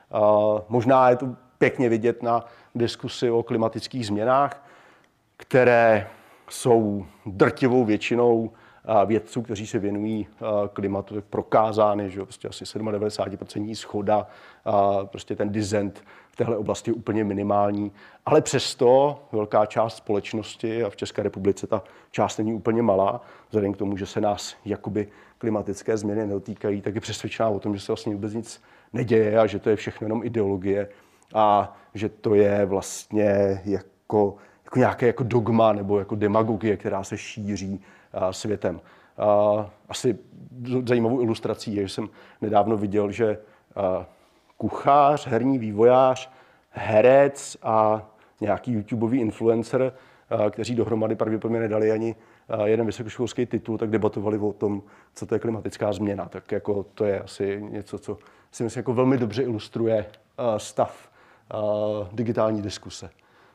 Možná je to pěkně vidět na diskusi o klimatických změnách, které jsou drtivou většinou vědců, kteří se věnují klimatu, tak prokázány, že prostě asi 97% shoda, prostě ten dissent v téhle oblasti je úplně minimální, ale přesto velká část společnosti, a v České republice ta část není úplně malá, vzhledem k tomu, že se nás jakoby klimatické změny nedotýkají, tak je přesvědčená o tom, že se vlastně vůbec nic neděje a že to je všechno jenom ideologie a že to je vlastně jako nějaké jako dogma nebo jako demagogie, která se šíří světem. Asi zajímavou ilustrací je, že jsem nedávno viděl, že kuchař, herní vývojář, herec a nějaký YouTubeový influencer, kteří dohromady pravděpodobně nedali ani jeden vysokoškolský titul, tak debatovali o tom, co to je klimatická změna. Tak jako to je asi něco, co si myslím jako velmi dobře ilustruje stav digitální diskuse.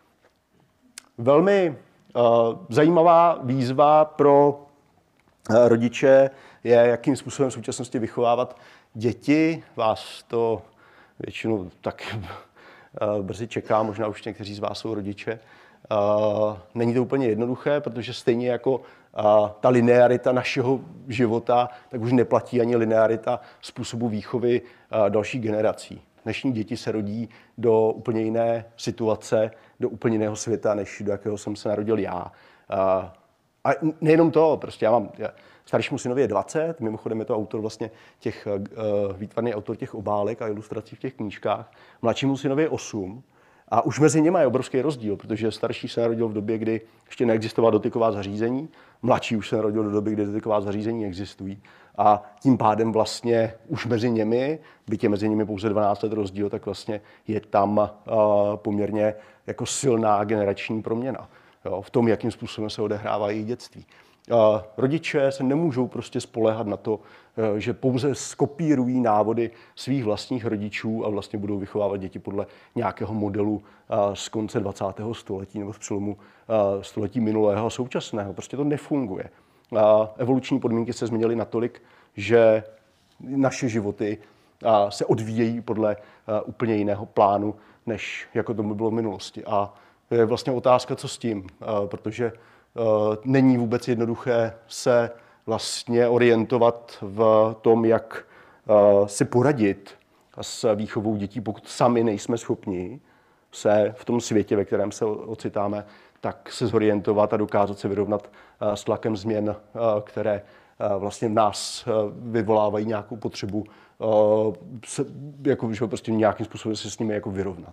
Velmi zajímavá výzva pro rodiče je, jakým způsobem v současnosti vychovávat děti. Vás to většinou tak brzy čeká, možná už někteří z vás jsou rodiče. Není to úplně jednoduché, protože stejně jako ta linearita našeho života, tak už neplatí ani linearita způsobu výchovy dalších generací. Dnešní děti se rodí do úplně jiné situace, do úplně jiného světa, než do jakého jsem se narodil já. A nejenom to, prostě staršímu synovi je 20, mimochodem je to autor vlastně výtvarný autor těch obálek a ilustrací v těch knížkách. Mladšímu synovi je 8 a už mezi nimi je obrovský rozdíl, protože starší se narodil v době, kdy ještě neexistovala dotyková zařízení, mladší už se narodil do doby, kdy dotyková zařízení existují. A tím pádem vlastně už mezi nimi, byť je mezi nimi pouze 12 let rozdíl, tak vlastně je tam poměrně jako silná generační proměna. Jo, v tom, jakým způsobem se odehrává jejich dětství. Rodiče se nemůžou prostě spoléhat na to, že pouze skopírují návody svých vlastních rodičů a vlastně budou vychovávat děti podle nějakého modelu z konce 20. století nebo z přelomu století minulého a současného. Prostě to nefunguje. Evoluční podmínky se změnily natolik, že naše životy se odvíjejí podle úplně jiného plánu, než jako tomu bylo v minulosti. A je vlastně otázka, co s tím, protože není vůbec jednoduché se vlastně orientovat v tom, jak si poradit s výchovou dětí, pokud sami nejsme schopni se v tom světě, ve kterém se ocitáme, tak se zorientovat a dokázat se vyrovnat s tlakem změn, které vlastně v nás vyvolávají nějakou potřebu jako, že prostě nějakým způsobem se s nimi jako vyrovnat.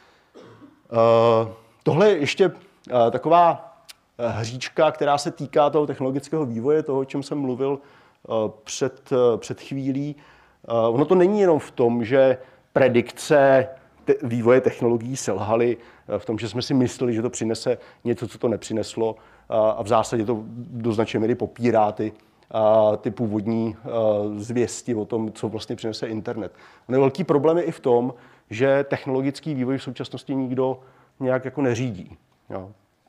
Tohle je ještě taková hříčka, která se týká toho technologického vývoje, toho, o čem jsem mluvil před chvílí. Ono to není jenom v tom, že predikce vývoje technologií selhaly, v tom, že jsme si mysleli, že to přinese něco, co to nepřineslo, a v zásadě to do značné míry popírá ty původní zvěsti o tom, co vlastně přinese internet. On je velký problém je i v tom, že technologický vývoj v současnosti nikdo nějak jako neřídí. Jo.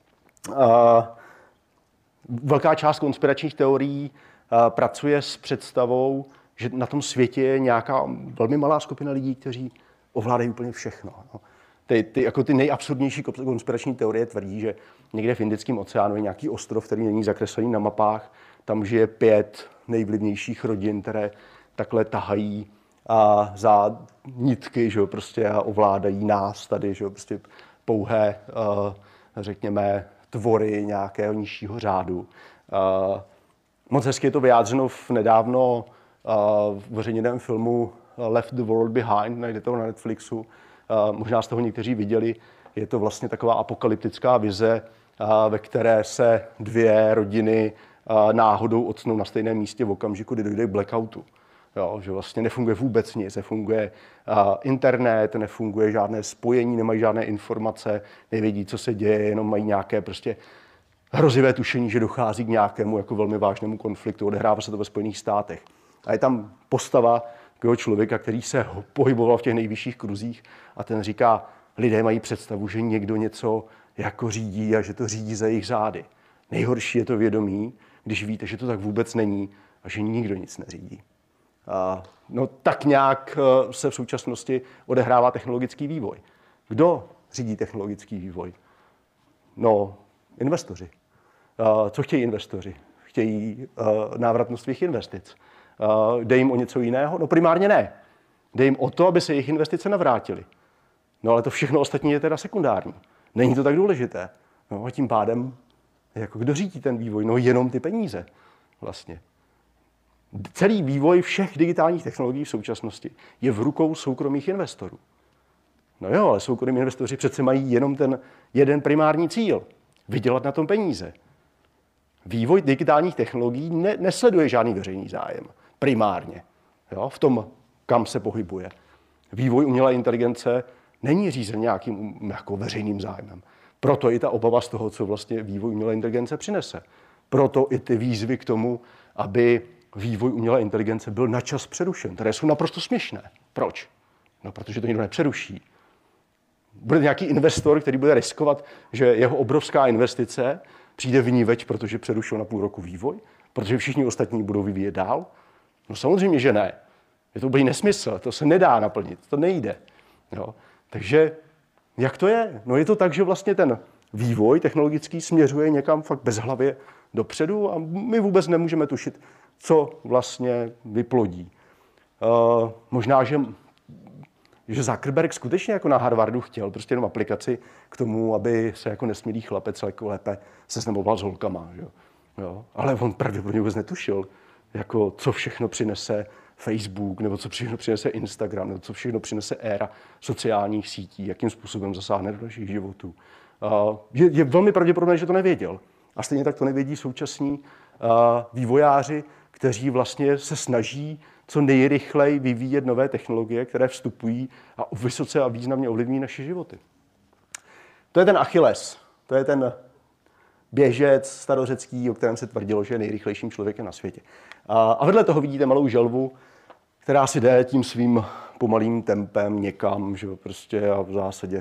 Velká část konspiračních teorií pracuje s představou, že na tom světě je nějaká velmi malá skupina lidí, kteří ovládají úplně všechno. No. Ty nejabsurdnější konspirační teorie tvrdí, že někde v Indickém oceánu je nějaký ostrov, který není zakreslený na mapách, tam žije 5 nejvlivnějších rodin, které takhle tahají za nitky, že jo, prostě a ovládají nás tady, že jo, prostě pouhé, řekněme, tvory nějakého nižšího řádu. Moc hezky je to vyjádřeno v nedávno uveřejněném filmu Left the World Behind, najdete ho na Netflixu. Možná jste ho někteří viděli. Je to vlastně taková apokalyptická vize, ve které se 2 rodiny náhodou ocnou na stejném místě v okamžiku, kdy dojde k blackoutu. Jo, že vlastně nefunguje vůbec nic, nefunguje internet, nefunguje žádné spojení, nemají žádné informace, nevědí, co se děje, jenom mají nějaké prostě hrozivé tušení, že dochází k nějakému jako velmi vážnému konfliktu. Odehrává se to ve Spojených státech. A je tam postava takového člověka, který se pohyboval v těch nejvyšších kruzích a ten říká, lidé mají představu, že někdo něco jako řídí a že to řídí za jejich zády. Nejhorší je to vědomí, když víte, že to tak vůbec není a že nikdo nic neřídí. No tak nějak se v současnosti odehrává technologický vývoj. Kdo řídí technologický vývoj? No, investoři. Co chtějí investoři? Chtějí návratnost svých investic. Jde jim o něco jiného? No primárně ne. Jde jim o to, aby se jejich investice navrátily. No ale to všechno ostatní je teda sekundární. Není to tak důležité. No a tím pádem, jako kdo řídí ten vývoj? No jenom ty peníze vlastně. Celý vývoj všech digitálních technologií v současnosti je v rukou soukromých investorů. No jo, ale soukromí investoři přece mají jenom ten jeden primární cíl. Vydělat na tom peníze. Vývoj digitálních technologií nesleduje žádný veřejný zájem. Primárně. Jo, v tom, kam se pohybuje. Vývoj umělé inteligence není řízen nějakým jako veřejným zájmem. Proto i ta obava z toho, co vlastně vývoj umělé inteligence přinese. Proto i ty výzvy k tomu, aby vývoj umělé inteligence byl na čas přerušen, které jsou naprosto směšné. Proč? No, protože to nikdo nepřeruší. Bude nějaký investor, který bude riskovat, že jeho obrovská investice přijde vníveč, protože přerušil na půl roku vývoj, protože všichni ostatní budou vyvíjet dál? No samozřejmě, že ne. Je to úplně nesmysl, to se nedá naplnit, to nejde. Jo? Takže jak to je? No je to tak, že vlastně ten vývoj technologický směřuje někam fakt bezhlavě dopředu a my vůbec nemůžeme tušit, co vlastně vyplodí. Možná, že Zuckerberg skutečně jako na Harvardu chtěl prostě jenom aplikaci k tomu, aby se jako nesmělý chlapec jako lépe seznamoval s holkama. Jo? Ale on pravděpodobně vůbec netušil, jako co všechno přinese Facebook, nebo co všechno přinese Instagram, nebo co všechno přinese éra sociálních sítí, jakým způsobem zasáhne do našich životů. Je velmi pravděpodobné, že to nevěděl. A stejně tak to nevědí současní vývojáři, kteří vlastně se snaží co nejrychleji vyvíjet nové technologie, které vstupují a vysoce a významně ovlivní naše životy. To je ten Achilles, to je ten běžec starořecký, o kterém se tvrdilo, že je nejrychlejším člověkem na světě. A vedle toho vidíte malou želvu, která si jde tím svým pomalým tempem někam, že prostě a v zásadě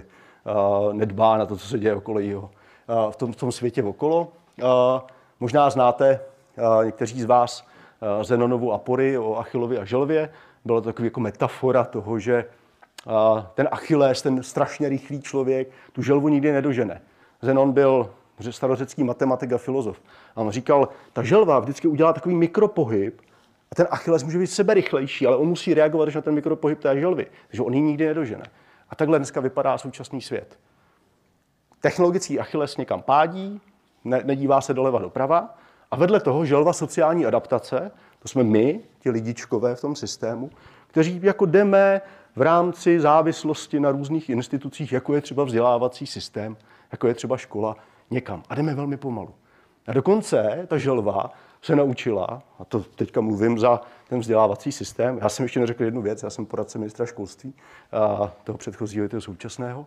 nedbá na to, co se děje okolo jeho, v tom světě okolo. Možná znáte někteří z vás Zenonovu aporii o Achillovi a želvě. Byla to taková jako metafora toho, že ten Achilles, ten strašně rychlý člověk, tu želvu nikdy nedožene. Zenon byl starořecký matematik a filozof. A on říkal, ta želva vždycky udělá takový mikropohyb a ten Achilles může být seberychlejší, ale on musí reagovat až na ten mikropohyb té želvy, takže on ji nikdy nedožene. A takhle dneska vypadá současný svět. Technologický Achilles někam pádí, nedívá se doleva doprava a vedle toho želva sociální adaptace, to jsme my, ti lidičkové v tom systému, kteří jako jdeme v rámci závislosti na různých institucích, jako je třeba vzdělávací systém, jako je třeba škola, někam. A jdeme velmi pomalu. A dokonce ta želva se naučila, a to teďka mluvím za ten vzdělávací systém, já jsem ještě neřekl jednu věc, já jsem poradce ministra školství, toho předchozího i toho současného,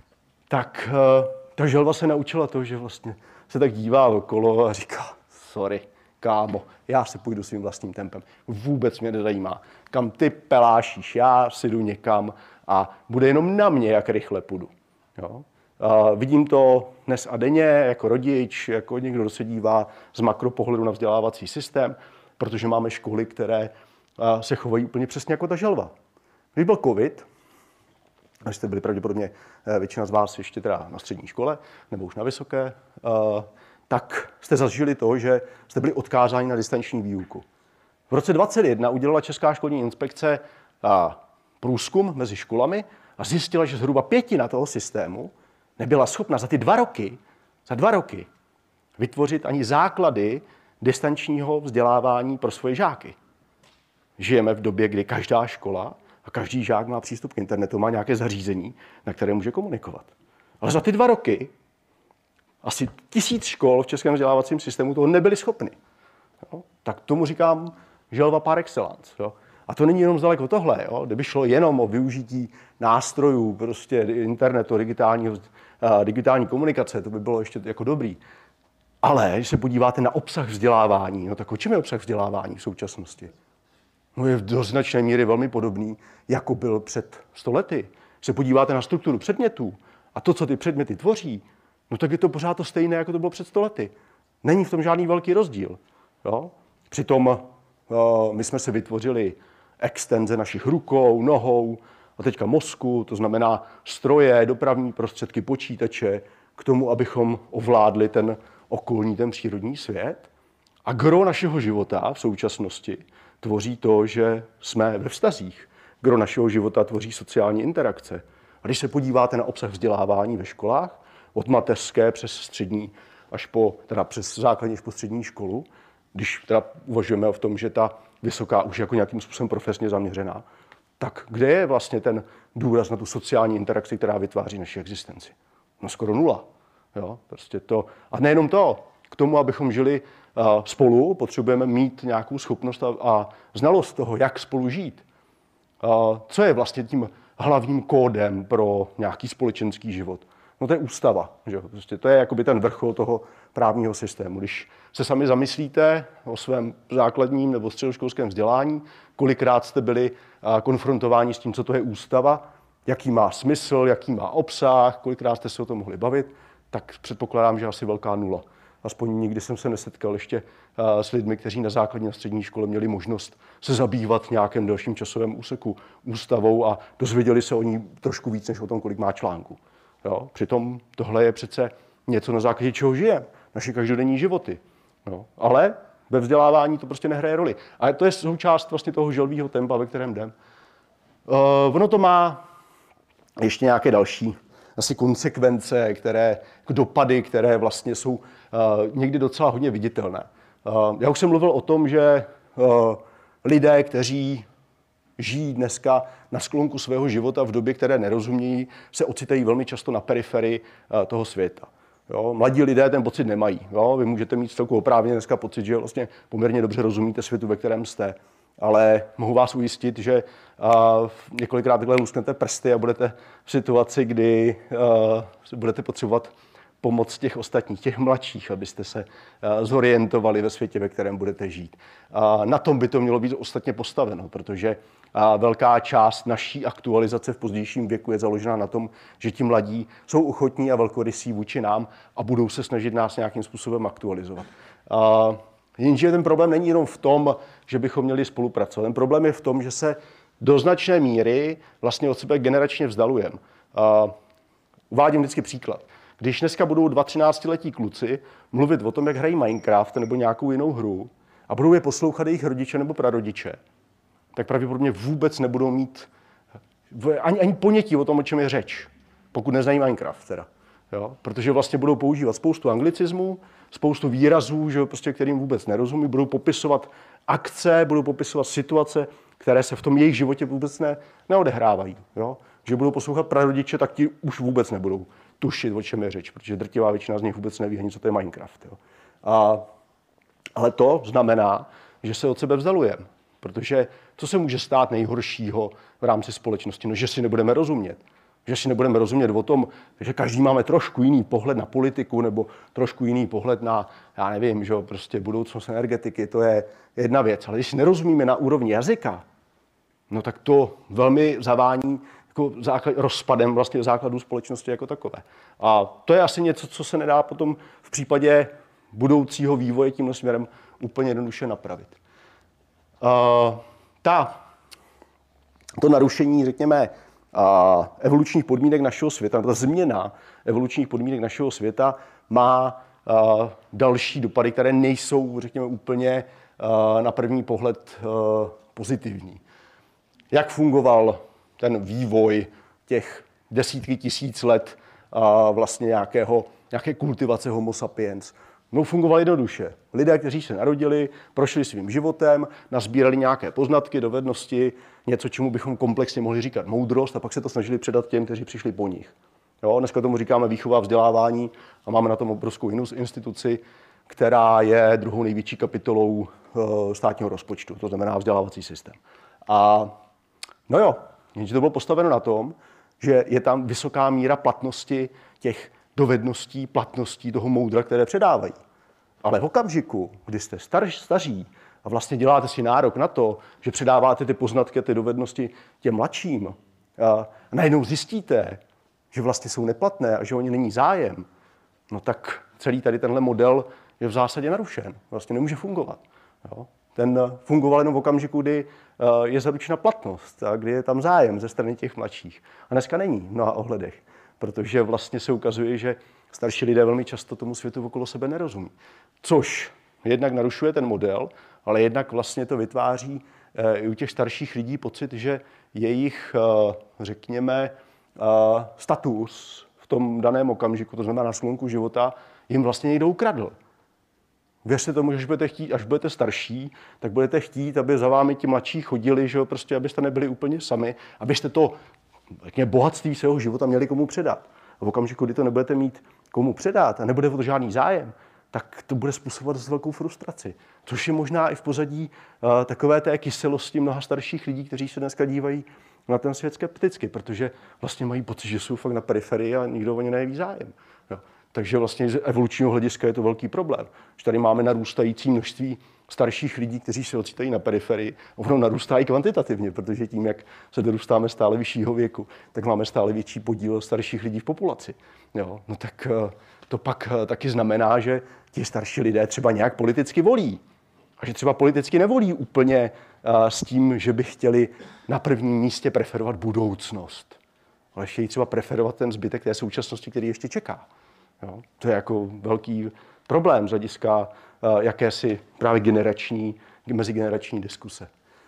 tak ta želva se naučila to, že vlastně se tak dívá okolo a říká, sorry, kámo, já si půjdu svým vlastním tempem. Vůbec mě nezajímá, kam ty pelášíš, já si jdu někam a bude jenom na mě, jak rychle půjdu. Jo? Vidím to dnes a denně jako rodič, jako někdo, kdo se dívá z makropohledu na vzdělávací systém, protože máme školy, které se chovají úplně přesně jako ta želva. Když byl covid, až jste byli pravděpodobně většina z vás ještě teda na střední škole nebo už na vysoké, tak jste zažili to, že jste byli odkázáni na distanční výuku. V roce 2021 udělala Česká školní inspekce průzkum mezi školami a zjistila, že zhruba pětina toho systému nebyla schopna za 2 roky vytvořit ani základy distančního vzdělávání pro svoje žáky. Žijeme v době, kdy každá škola a každý žák má přístup k internetu, má nějaké zařízení, na které může komunikovat. Ale za ty 2 roky asi 1000 škol v českém vzdělávacím systému toho nebyly schopny. Jo? Tak tomu říkám želva par excellence. Jo? A to není jenom zdaleko tohle. Jo? Kdyby šlo jenom o využití nástrojů, prostě internetu, digitální komunikace, to by bylo ještě jako dobrý. Ale když se podíváte na obsah vzdělávání, no tak o čem je obsah vzdělávání v současnosti? No je do značné míry velmi podobný, jako byl před 100 lety. Když se podíváte na strukturu předmětů a to, co ty předměty tvoří, no tak je to pořád to stejné, jako to bylo před 100 lety. Není v tom žádný velký rozdíl. Jo? Přitom my jsme si vytvořili extenze našich rukou, nohou a teďka mozku, to znamená stroje, dopravní prostředky, počítače, k tomu, abychom ovládli ten okolní, ten přírodní svět. A gro našeho života v současnosti tvoří to, že jsme ve vztazích. Gro našeho života tvoří sociální interakce. A když se podíváte na obsah vzdělávání ve školách, od mateřské přes střední, přes základní až po střední školu, když teda uvažujeme v tom, že ta vysoká už jako nějakým způsobem profesně zaměřená, tak kde je vlastně ten důraz na tu sociální interakci, která vytváří naši existenci? No skoro nula. Jo? Prostě to. A nejenom to. K tomu, abychom žili spolu, potřebujeme mít nějakou schopnost a znalost toho, jak spolu žít. Co je vlastně tím hlavním kódem pro nějaký společenský život? No to je ústava. Že? Prostě to je jakoby ten vrchol toho právního systému. Když se sami zamyslíte o svém základním nebo středoškolském vzdělání, kolikrát jste byli konfrontováni s tím, co to je ústava, jaký má smysl, jaký má obsah, kolikrát jste se o tom mohli bavit, tak předpokládám, že asi velká nula. Aspoň nikdy jsem se nesetkal ještě s lidmi, kteří na základní a střední škole měli možnost se zabývat v nějakém dalším časovém úseku ústavou a dozvěděli se o ní trošku víc, než o tom, kolik má článků. Jo? Přitom tohle je přece něco, na základě čeho žijeme, naše každodenní životy. Jo? Ale ve vzdělávání to prostě nehraje roli. A to je součást vlastně toho želvýho tempa, ve kterém jdem. Ono to má ještě nějaké další asi konsekvence, dopady, které vlastně jsou někdy docela hodně viditelné. Já už jsem mluvil o tom, že lidé, kteří žijí dneska na sklonku svého života v době, které nerozumějí, se ocitají velmi často na periferii toho světa. Jo? Mladí lidé ten pocit nemají. Jo? Vy můžete mít celku oprávněně dneska pocit, že vlastně poměrně dobře rozumíte světu, ve kterém jste. Ale mohu vás ujistit, že několikrát takhle lusknete prsty a budete v situaci, kdy budete potřebovat pomoc těch ostatních, těch mladších, abyste se zorientovali ve světě, ve kterém budete žít. Na tom by to mělo být ostatně postaveno, protože velká část naší aktualizace v pozdějším věku je založena na tom, že ti mladí jsou ochotní a velkorysí vůči nám a budou se snažit nás nějakým způsobem aktualizovat. Jenže ten problém není jenom v tom, že bychom měli spolupracovat. Ten problém je v tom, že se do značné míry vlastně od sebe generačně vzdalujeme. Uvádím vždycky příklad. Když dneska budou 13letí kluci mluvit o tom, jak hrají Minecraft nebo nějakou jinou hru a budou je poslouchat jejich rodiče nebo prarodiče, tak pravděpodobně vůbec nebudou mít ani ponětí o tom, o čem je řeč, pokud neznají Minecraft teda. Jo? Protože vlastně budou používat spoustu anglicismů, spoustu výrazů, že prostě, kterým vůbec nerozumí, budou popisovat akce, budou popisovat situace, které se v tom jejich životě vůbec neodehrávají. Jo? Že budou poslouchat prarodiče, tak ti už vůbec nebudou tušit, o čem je řeč, protože drtivá většina z nich vůbec neví ani, co to je Minecraft. Jo? Ale to znamená, že se od sebe vzdalujeme, protože co se může stát nejhoršího v rámci společnosti? No, že si nebudeme rozumět. Že si nebudeme rozumět o tom, že každý máme trošku jiný pohled na politiku nebo trošku jiný pohled na, já nevím, že prostě budoucnost energetiky, to je jedna věc. Ale když si nerozumíme na úrovni jazyka, no tak to velmi zavání jako rozpadem vlastně základů společnosti jako takové. A to je asi něco, co se nedá potom v případě budoucího vývoje tímhle směrem úplně jednoduše napravit. To narušení, řekněme, evolučních podmínek našeho světa, ta změna evolučních podmínek našeho světa má další dopady, které nejsou, řekněme, úplně na první pohled pozitivní. Jak fungoval ten vývoj těch desítky tisíc let vlastně nějaké kultivace Homo sapiens? No, fungoval jednoduše. Lidé, kteří se narodili, prošli svým životem, nazbírali nějaké poznatky, dovednosti, něco, čemu bychom komplexně mohli říkat moudrost, a pak se to snažili předat těm, kteří přišli po nich. Jo, dneska tomu říkáme výchova a vzdělávání a máme na tom obrovskou instituci, která je druhou největší kapitolou státního rozpočtu, to znamená vzdělávací systém. No jo, jenže to bylo postaveno na tom, že je tam vysoká míra platnosti těch dovedností, platností toho moudra, které předávají. Ale v okamžiku, kdy jste staří a vlastně děláte si nárok na to, že předáváte ty poznatky a ty dovednosti těm mladším, a najednou zjistíte, že vlastně jsou neplatné a že o ně není zájem, no tak celý tady tenhle model je v zásadě narušen. Vlastně nemůže fungovat. Jo? Ten fungoval jenom v okamžiku, kdy je zaručena platnost a kdy je tam zájem ze strany těch mladších. A dneska není v mnoha ohledech, protože vlastně se ukazuje, že starší lidé velmi často tomu světu okolo sebe nerozumí. Což jednak narušuje ten model, ale jednak vlastně to vytváří i u těch starších lidí pocit, že jejich, řekněme, status v tom daném okamžiku, to znamená na sklonku života, jim vlastně někdo ukradl. Věřte tomu, že až budete starší, tak budete chtít, aby za vámi ti mladší chodili, že jo, prostě abyste nebyli úplně sami, abyste to bohatství svého života měli komu předat. A v okamžiku, kdy to nebudete mít komu předat a nebude o to žádný zájem, tak to bude způsobovat dost velkou frustraci. Což je možná i v pozadí takové té kyselosti mnoha starších lidí, kteří se dneska dívají na ten svět skepticky, protože vlastně mají pocit, že jsou fakt na periferii a nikdo o ně nejeví zájem. Jo. Takže vlastně z evolučního hlediska je to velký problém. Že tady máme narůstající množství starších lidí, kteří se ocitají na periferii. Ono narůstá i kvantitativně, protože tím, jak se dorůstáme stále vyššího věku, tak máme stále větší podíl starších lidí v populaci. Jo. No tak to pak taky znamená, že ti starší lidé třeba nějak politicky volí. A že třeba politicky nevolí úplně s tím, že by chtěli na prvním místě preferovat budoucnost. Ale chtějí třeba preferovat ten zbytek té současnosti, který ještě čeká. Jo? To je jako velký problém z hlediska jakési právě mezigenerační diskuse.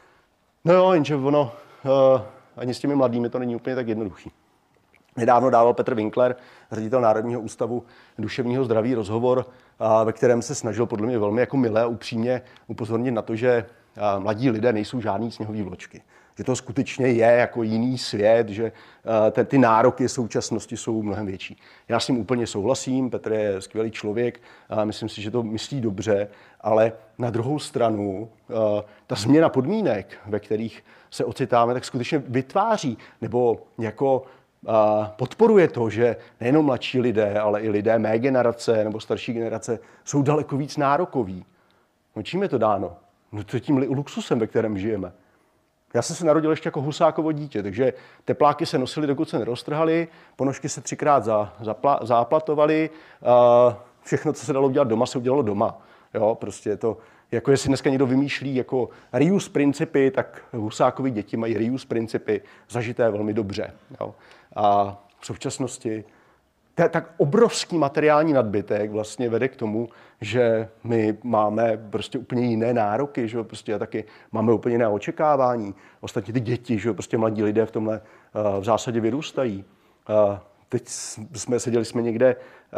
No jo, jenže ono ani s těmi mladými to není úplně tak jednoduchý. Nedávno dával Petr Winkler, ředitel Národního ústavu duševního zdraví, rozhovor, ve kterém se snažil podle mě velmi jako milé a upřímně upozornit na to, že mladí lidé nejsou žádný sněhový vločky. Že to skutečně je jako jiný svět, že ty nároky současnosti jsou mnohem větší. Já s tím úplně souhlasím, Petr je skvělý člověk, myslím si, že to myslí dobře, ale na druhou stranu ta změna podmínek, ve kterých se ocitáme, tak skutečně vytváří nebo jako podporuje to, že nejenom mladší lidé, ale i lidé mé generace nebo starší generace jsou daleko víc nárokoví. No čím je to dáno? No to je tím luxusem, ve kterém žijeme. Já jsem se narodil ještě jako Husákovo dítě, takže tepláky se nosily, dokud se neroztrhaly, ponožky se 3krát záplatovaly, všechno, co se dalo udělat doma, se udělalo doma. Jo, prostě je to, jako jestli dneska někdo vymýšlí jako reuse principy, tak Husákovi děti mají reuse principy zažité velmi dobře. Jo. A v současnosti tak obrovský materiální nadbytek vlastně vede k tomu, že my máme prostě úplně jiné nároky, že jo, prostě a taky máme úplně jiné očekávání. Ostatně ty děti, že jo, prostě mladí lidé v tomhle v zásadě vyrůstají. Teď seděli jsme někde,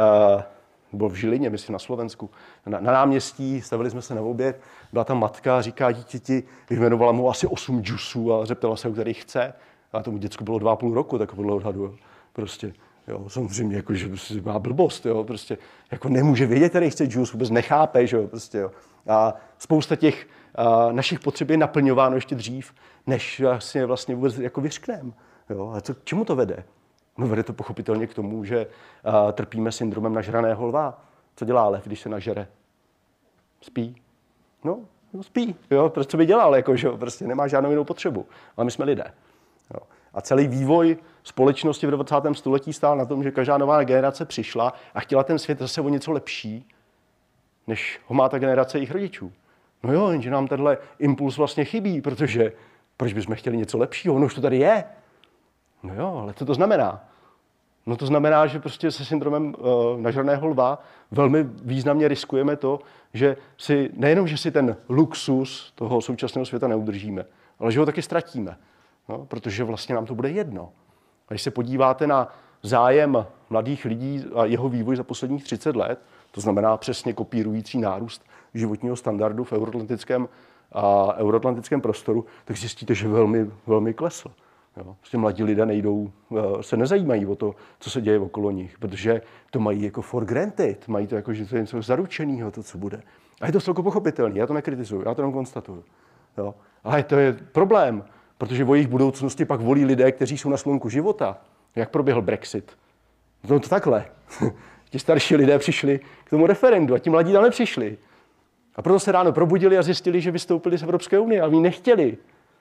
bylo v Žilině, myslím na Slovensku, na náměstí, stavili jsme se na oběd, byla tam matka a říká dítěti, vyjmenovala mu asi 8 džusů a zeptala se, který chce. A tomu děcku bylo 2,5 roku, tak podle odhadu. Prostě, jo, samozřejmě, jako, že má blbost, jo, prostě, jako nemůže vědět, který chce džus, vůbec nechápe, že jo, prostě, jo. A spousta těch našich potřeb je naplňováno ještě dřív, než vlastně vůbec jako vyřkneme. Jo. A k čemu to vede? No vede to pochopitelně k tomu, že trpíme syndromem nažraného lva. Co dělá lev, když se nažere? Spí. No spí, jo, prostě co by dělal, jako, že jo, prostě nemá žádnou jinou potřebu. Ale my jsme lidé. Jo. A celý vývoj společnosti v 20. století stál na tom, že každá nová generace přišla a chtěla ten svět zase o něco lepší, než ho má ta generace jejich rodičů. No jo, jenže nám tenhle impuls vlastně chybí, protože proč bychom chtěli něco lepšího? Ono už to tady je. No jo, ale co to znamená? No to znamená, že prostě se syndromem nažraného lva velmi významně riskujeme to, že nejenom, že si ten luxus toho současného světa neudržíme, ale že ho taky ztratíme. No, protože vlastně nám to bude jedno. A když se podíváte na zájem mladých lidí a jeho vývoj za posledních 30 let, to znamená přesně kopírující nárůst životního standardu v euroatlantickém prostoru, tak zjistíte, že velmi, velmi klesl. Jo. Prostě mladí lidé se nezajímají o to, co se děje okolo nich, protože to mají jako for granted, mají to jako, že to je něco zaručeného, to, co bude. A je to celkem pochopitelné, já to nekritizuju, já to jenom konstatuju. Jo. Ale to je problém, protože o jejich budoucnosti pak volí lidé, kteří jsou na sklonku života. Jak proběhl Brexit? No to takhle. Ti starší lidé přišli k tomu referendu a ti mladí tam nepřišli. A proto se ráno probudili a zjistili, že vystoupili z Evropské unie, ale oni nechtěli.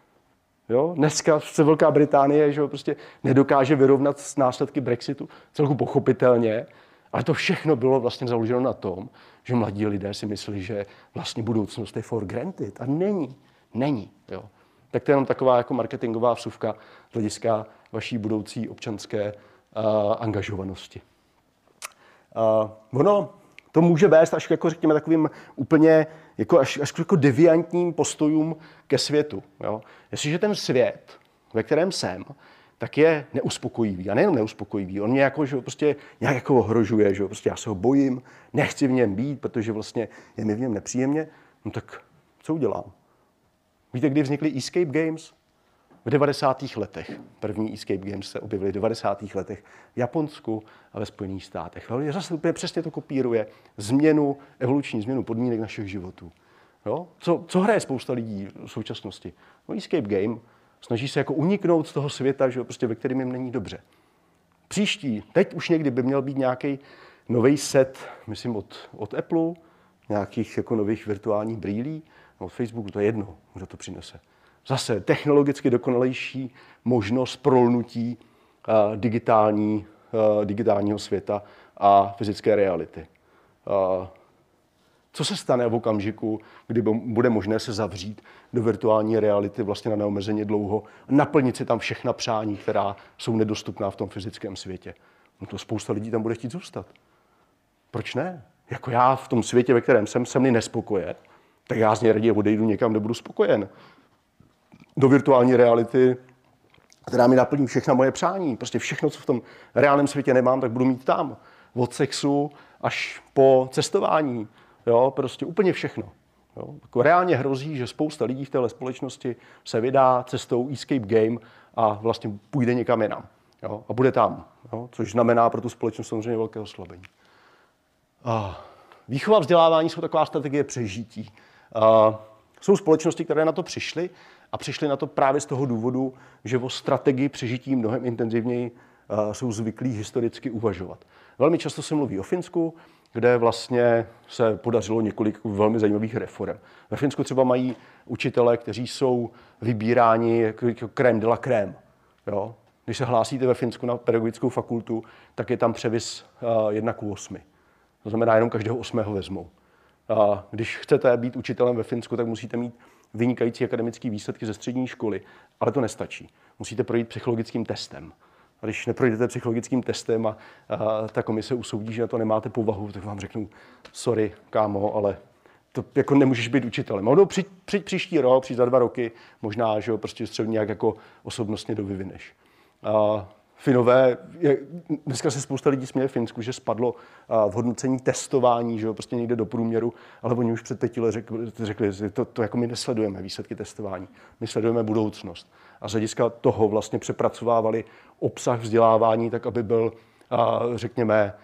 Jo? Dneska se Velká Británie, že prostě nedokáže vyrovnat s následky Brexitu, celku pochopitelně, ale to všechno bylo vlastně založeno na tom, že mladí lidé si myslí, že vlastně budoucnost je for granted. A není. Jo? Tak to je jenom taková jako marketingová vsuvka z hlediska vaší budoucí občanské angažovanosti. Ono to může vést až jako řekněme takovým úplně až jako deviantním postojům ke světu. Jo? Jestliže ten svět, ve kterém jsem, tak je neuspokojivý. A nejenom neuspokojivý, on mě jako, že prostě nějak jako ohrožuje, že prostě já se ho bojím, nechci v něm být, protože vlastně je mi v něm nepříjemně. No tak co udělám? Víte, kdy vznikly Escape Games? V 90. letech. První Escape Games se objevily v 90. letech v Japonsku a ve Spojených státech. Ale zase úplně přesně to kopíruje evoluční změnu podmínek našich životů. Jo? Co hraje spousta lidí v současnosti? No, Escape Game. Snaží se jako uniknout z toho světa, že prostě ve kterém jim není dobře. Teď už někdy by měl být nějaký nový set, myslím od Apple, nějakých jako nových virtuálních brýlí, od Facebooku, to je jedno, kdo to přinese. Zase technologicky dokonalejší možnost prolnutí digitálního světa a fyzické reality. Co se stane v okamžiku, kdy bude možné se zavřít do virtuální reality vlastně na neomezeně dlouho, naplnit si tam všechna přání, která jsou nedostupná v tom fyzickém světě? No to spousta lidí tam bude chtít zůstat. Proč ne? Jako já v tom světě, ve kterém jsem nespokojen, tak já z něj raději odejdu někam, kde budu spokojen. Do virtuální reality, která mi naplní všechna moje přání. Prostě všechno, co v tom reálném světě nemám, tak budu mít tam. Od sexu až po cestování. Jo, prostě úplně všechno. Jo. Jako reálně hrozí, že spousta lidí v téhle společnosti se vydá cestou Escape Game a vlastně půjde někam jinam. Jo, a bude tam. Jo, což znamená pro tu společnost samozřejmě velké oslabení. Výchova, vzdělávání jsou taková strategie přežití. Jsou společnosti, které na to přišly a přišly na to právě z toho důvodu, že o strategii přežití mnohem intenzivněji jsou zvyklí historicky uvažovat. Velmi často se mluví o Finsku, kde vlastně se podařilo několik velmi zajímavých reform. Ve Finsku třeba mají učitele, kteří jsou vybíráni jako crème de la crème. Jo? Když se hlásíte ve Finsku na pedagogickou fakultu, tak je tam převis 1:8. To znamená, jenom každého 8. vezmou. A když chcete být učitelem ve Finsku, tak musíte mít vynikající akademické výsledky ze střední školy, ale to nestačí. Musíte projít psychologickým testem. A když neprojdete psychologickým testem a ta komise usoudí, že na to nemáte povahu, tak vám řeknou, sorry, kámo, ale to jako nemůžeš být učitelem. Ono příští rok, za 2 roky, možná, že ho prostě třeba nějak jako osobnostně dovyvineš. Finové, dneska se spousta lidí směje v Finsku, že spadlo v hodnocení testování, že jo, prostě někde do průměru, ale oni už před 5 lety řekli, že to jako my nesledujeme výsledky testování, my sledujeme budoucnost. A z hlediska toho vlastně přepracovávali obsah vzdělávání tak, aby byl, řekněme,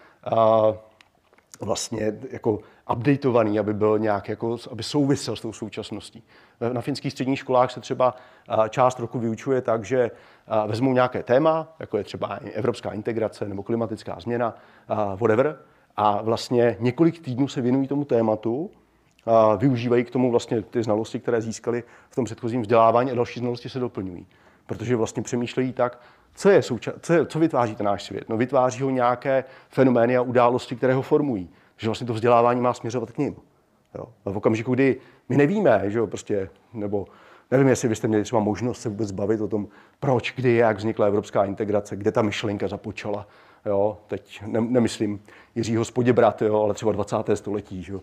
vlastně jako updateovaný, aby byl nějak jako, aby souvisel s tou současností. Na finských středních školách se třeba část roku vyučuje tak, že vezmou nějaké téma, jako je třeba evropská integrace nebo klimatická změna, whatever, a vlastně několik týdnů se věnují tomu tématu, využívají k tomu vlastně ty znalosti, které získali v tom předchozím vzdělávání a další znalosti se doplňují. Protože vlastně přemýšlejí tak, co vytváří ten náš svět. No, vytváří ho nějaké fenomény a události, které ho formují. Že vlastně to vzdělávání má směřovat k nim. Jo? A v okamžiku, kdy my nevíme, že jo, prostě, nebo nevím, jestli byste měli třeba možnost se vůbec bavit o tom, proč, kdy, jak vznikla evropská integrace, kde ta myšlenka započala. Jo? Teď nemyslím Jiřího Spoděbrat, jo, ale třeba 20. století. Že jo?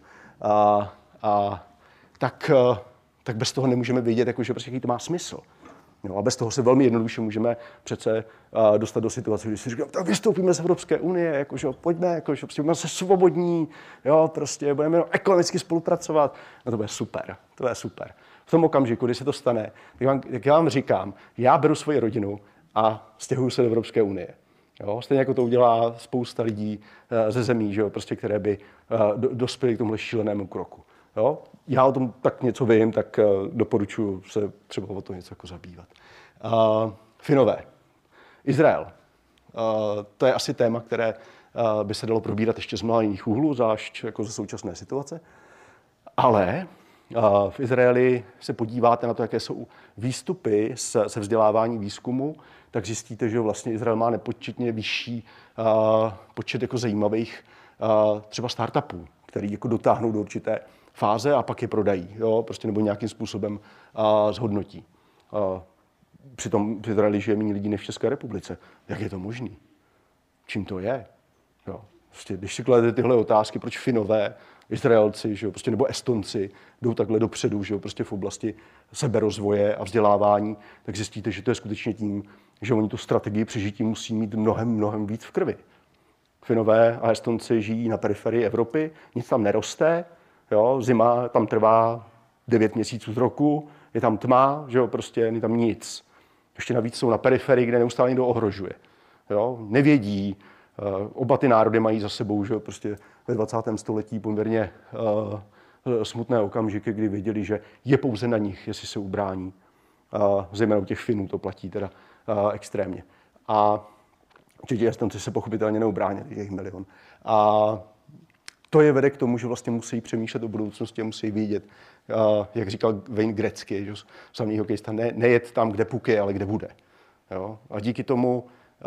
Tak bez toho nemůžeme vědět, jako, že prostě jaký to má smysl. No a bez toho se velmi jednoduše můžeme přece dostat do situace, kdy si říkáme, tak vystoupíme z Evropské unie, jakože pojďme, jakože prostě budeme se svobodní, jo, prostě budeme ekonomicky spolupracovat. No to bude super, to bude super. V tom okamžiku, kdy se to stane, jak já vám říkám, já beru svoji rodinu a stěhuju se do Evropské unie. Jo, stejně jako to udělá spousta lidí ze zemí, že jo, prostě, které by dospěly k tomuhle šílenému kroku. Jo? Já o tom tak něco vím, tak doporučuji se třeba o to něco jako zabývat. Finové. Izrael. To je asi téma, které by se dalo probírat ještě z mnoha jiných úhlů, zvlášť jako ze současné situace. Ale v Izraeli se podíváte na to, jaké jsou výstupy se vzdělávání výzkumu, tak zjistíte, že vlastně Izrael má nepočetně vyšší počet jako zajímavých třeba startupů, který jako dotáhnou do určité fáze a pak je prodají, jo, prostě nebo nějakým způsobem zhodnotí. Přitom v Izraeli žije méně lidí než v České republice. Jak je to možné? Čím to je? Jo. Prostě, když si kladete tyhle otázky, proč Finové, Izraelci, že jo, prostě, nebo Estonci jdou takhle dopředu, že jo, prostě v oblasti seberozvoje a vzdělávání, tak zjistíte, že to je skutečně tím, že oni tu strategii přežití musí mít mnohem víc v krvi. Finové a Estonci žijí na periferii Evropy, nic tam neroste, jo, zima tam trvá 9 měsíců z roku, je tam tma, že jo, prostě není tam nic. Ještě navíc jsou na periferii, kde neustále někdo ohrožuje. Jo, nevědí, oba ty národy mají za sebou, že jo, prostě ve 20. století poměrně smutné okamžiky, kdy věděli, že je pouze na nich, jestli se ubrání. Zejména u těch Finů to platí teda extrémně. A ti Estonci se pochopitelně neubránili, je jich milion. A to je vede k tomu, že vlastně musí přemýšlet o budoucnosti a musí vědět, jak říkal Wayne Gretzky, že samý hokejista, nejet tam, kde puk je, ale kde bude. Jo? A díky tomu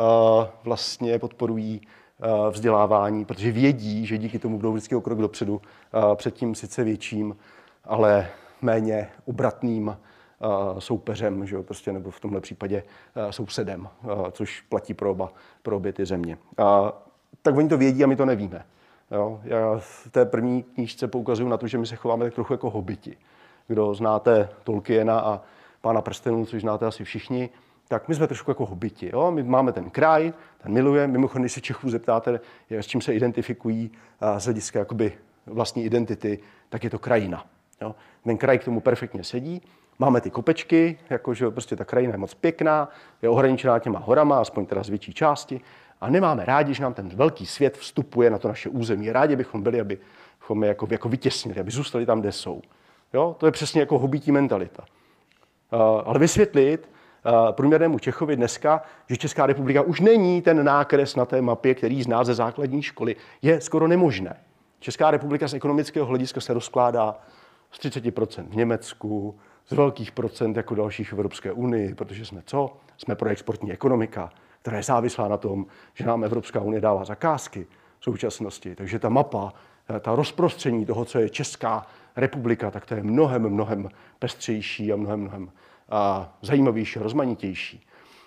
vlastně podporují vzdělávání, protože vědí, že díky tomu budou vždycky o krok dopředu, před tím sice větším, ale méně obratným soupeřem, že jo, prostě, nebo v tomhle případě sousedem, což platí pro obě ty země. Tak oni to vědí a my to nevíme. Jo? Já v té první knížce poukazuju na to, že my se chováme tak trochu jako hobiti. Kdo znáte Tolkiena a Pána prstenů, což znáte asi všichni, tak my jsme trošku jako hobiti. Jo? My máme ten kraj, ten milujeme. Mimochodem, když se Čechů zeptáte, s čím se identifikují z hlediska jakoby vlastní identity, tak je to krajina. Jo? Ten kraj k tomu perfektně sedí. Máme ty kopečky, jakože prostě ta krajina je moc pěkná, je ohraničená těma horama, aspoň teda z větší části. A nemáme rádi, že nám ten velký svět vstupuje na to naše území. Rádi bychom byli, abychom je jako vytěsnili, aby zůstali tam, kde jsou. Jo? To je přesně jako hobití mentalita. Ale vysvětlit průměrnému Čechovi dneska, že Česká republika už není ten nákres na té mapě, který zná ze základní školy, je skoro nemožné. Česká republika z ekonomického hlediska se rozkládá z 30% v Německu, z velkých procent jako dalších v Evropské unii, protože jsme co? Jsme proexportní ekonomika, která je závislá na tom, že nám Evropská unie dává zakázky v současnosti. Takže ta mapa, ta rozprostření toho, co je Česká republika, tak to je mnohem pestřejší a mnohem zajímavější, rozmanitější.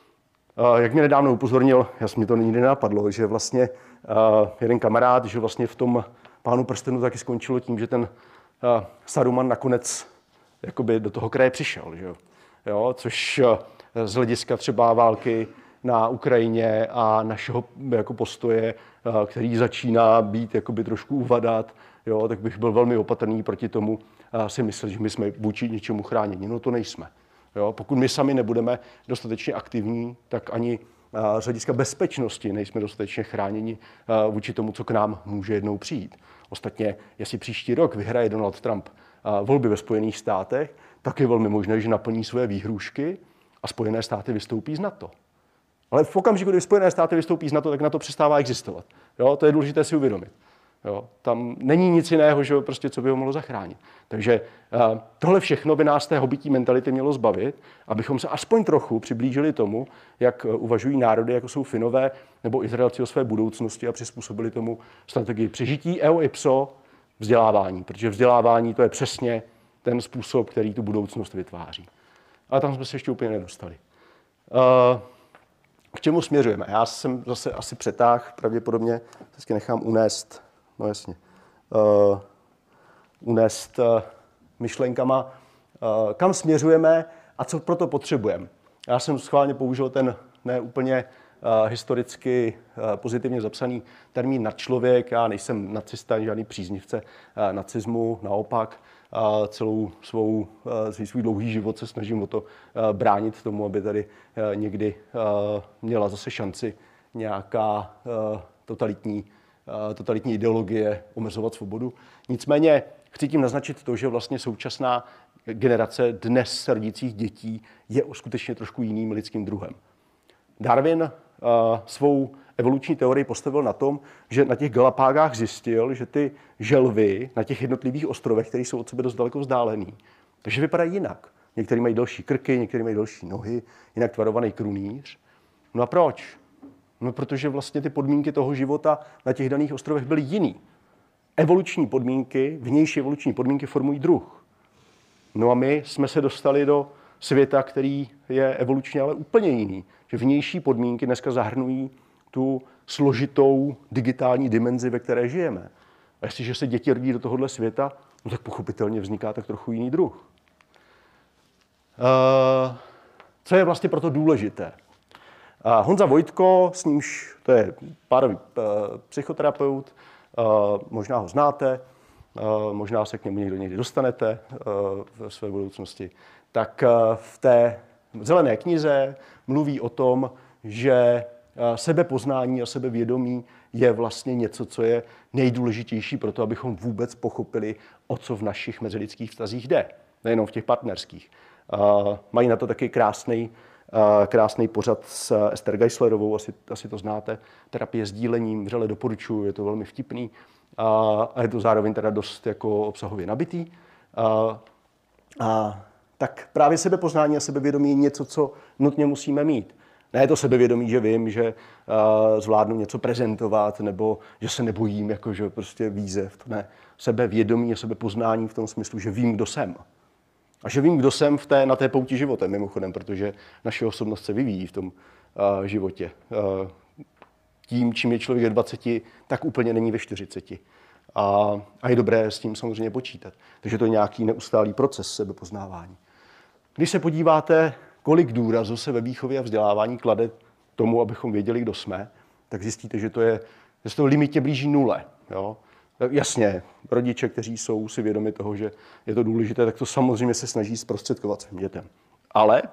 Jak mě nedávno upozornil, mi to nikdy nenapadlo, že vlastně jeden kamarád, že vlastně v tom Pánu prstenů taky skončilo tím, že ten Saruman nakonec jakoby do toho kraje přišel, že jo? Což z hlediska třeba války na Ukrajině a našeho jako postoje, který začíná být jakoby trošku uvadat, jo? Tak bych byl velmi opatrný proti tomu si myslet, že my jsme vůči něčemu chráněni. No to nejsme. Jo? Pokud my sami nebudeme dostatečně aktivní, tak ani z hlediska bezpečnosti nejsme dostatečně chráněni vůči tomu, co k nám může jednou přijít. Ostatně, jestli příští rok vyhraje Donald Trump volby ve Spojených státech, tak je velmi možné, že naplní své výhrůžky a Spojené státy vystoupí z NATO. Ale v okamžiku, kdy Spojené státy vystoupí z NATO, tak NATO přestává existovat. Jo? To je důležité si uvědomit. Jo? Tam není nic jiného, že prostě, co by ho mohlo zachránit. Takže tohle všechno by nás té hobití mentality mělo zbavit, abychom se aspoň trochu přiblížili tomu, jak uvažují národy, jako jsou Finové nebo Izraelci o své budoucnosti a přizpůsobili tomu strategii přežití eo ipso vzdělávání, protože vzdělávání to je přesně ten způsob, který tu budoucnost vytváří. Ale tam jsme se ještě úplně nedostali. K čemu směřujeme? Já jsem zase asi přetáhl, pravděpodobně vždycky nechám unést, no jasně, unést myšlenkama, kam směřujeme a co proto potřebujeme. Já jsem schválně použil ten neúplně historicky pozitivně zapsaný termín nadčlověk. Já nejsem nacista, žádný příznivce nacismu, naopak svůj dlouhý život se snažím o to bránit tomu, aby tady někdy měla zase šanci nějaká totalitní ideologie omezovat svobodu. Nicméně chci tím naznačit to, že vlastně současná generace dnes se rodících dětí je skutečně trošku jiným lidským druhem. Darwin svou evoluční teorii postavil na tom, že na těch Galapágách zjistil, že ty želvy na těch jednotlivých ostrovech, které jsou od sebe dost daleko vzdálený, takže vypadají jinak. Některý mají delší krky, některý mají delší nohy, jinak tvarovaný krunýř. No a proč? No protože vlastně ty podmínky toho života na těch daných ostrovech byly jiný. Evoluční podmínky, vnější evoluční podmínky formují druh. No a my jsme se dostali do světa, který je evolučně ale úplně jiný. Že vnější podmínky dneska zahrnují tu složitou digitální dimenzi, ve které žijeme. A jestliže se děti rodí do tohohle světa, no tak pochopitelně vzniká tak trochu jiný druh. Co je vlastně proto důležité? Honza Vojtko, s nímž to je párový psychoterapeut, možná ho znáte, možná se k němu někdy dostanete ve své budoucnosti, tak v té zelené knize mluví o tom, že sebepoznání a sebevědomí je vlastně něco, co je nejdůležitější pro to, abychom vůbec pochopili, o co v našich mezilidských vztazích jde, nejenom v těch partnerských. Mají na to taky krásný pořad s Ester Geislerovou, asi to znáte, terapie sdílením, vřele doporučuji, je to velmi vtipný a je to zároveň teda dost jako obsahově nabitý. Tak právě sebepoznání a sebevědomí je něco, co nutně musíme mít. Ne to sebevědomí, že vím, že zvládnu něco prezentovat, nebo že se nebojím jakože prostě výzev. To ne. Sebevědomí a sebepoznání v tom smyslu, že vím, kdo jsem. A že vím, kdo jsem na té pouti životem, mimochodem, protože naše osobnost se vyvíjí v tom životě. Tím, čím je člověk ve 20, tak úplně není ve 40. A je dobré s tím samozřejmě počítat. Takže to je nějaký neustálý proces sebepoznávání. Když se podíváte, kolik důrazu se ve výchově a vzdělávání klade tomu, abychom věděli, kdo jsme, tak zjistíte, že se to limitně blíží nule. Jo? Jasně, rodiče, kteří jsou si vědomi toho, že je to důležité, tak to samozřejmě se snaží zprostředkovat svým dětem. Ale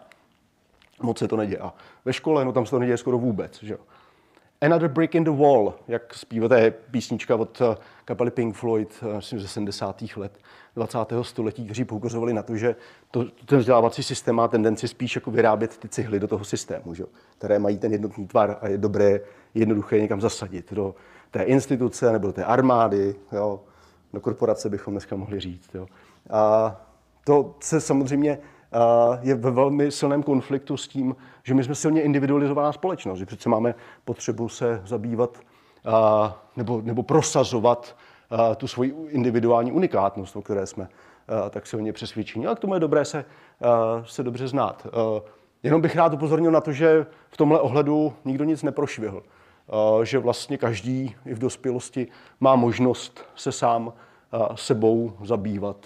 moc se to neděje. A ve škole, no tam se to neděje skoro vůbec. Že? Another Brick in the Wall, jak zpívá, to je písnička od kapely Pink Floyd, myslím, ze 70. let 20. století, kteří poukazovali na to, že ten vzdělávací systém má tendenci spíš jako vyrábět ty cihly do toho systému, že? Které mají ten jednotný tvar a je dobré jednoduché někam zasadit do té instituce nebo do té armády, jo? Do korporace bychom dneska mohli říct. Jo? A to se samozřejmě je ve velmi silném konfliktu s tím, že my jsme silně individualizovaná společnost, že přece máme potřebu se zabývat nebo prosazovat tu svoji individuální unikátnost, o které jsme tak silně přesvědčení. A k tomu je dobré se dobře znát. Jenom bych rád upozornil na to, že v tomhle ohledu nikdo nic neprošvihl. Že vlastně každý i v dospělosti má možnost se sám sebou zabývat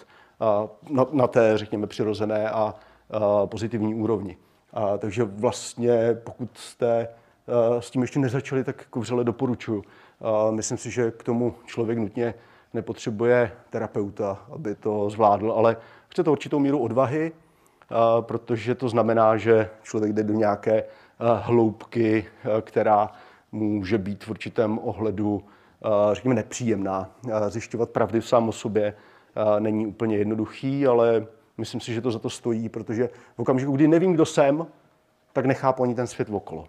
na té, řekněme, přirozené a pozitivní úrovni. Takže vlastně, pokud jste s tím ještě nezačali, tak jako vřele doporučuji. Myslím si, že k tomu člověk nutně nepotřebuje terapeuta, aby to zvládl, ale chce to určitou míru odvahy, protože to znamená, že člověk jde do nějaké hloubky, která může být v určitém ohledu, řekněme, nepříjemná. Zjišťovat pravdy sám o sobě není úplně jednoduchý, ale myslím si, že to za to stojí, protože v okamžiku, kdy nevím, kdo jsem, tak nechápu ani ten svět okolo.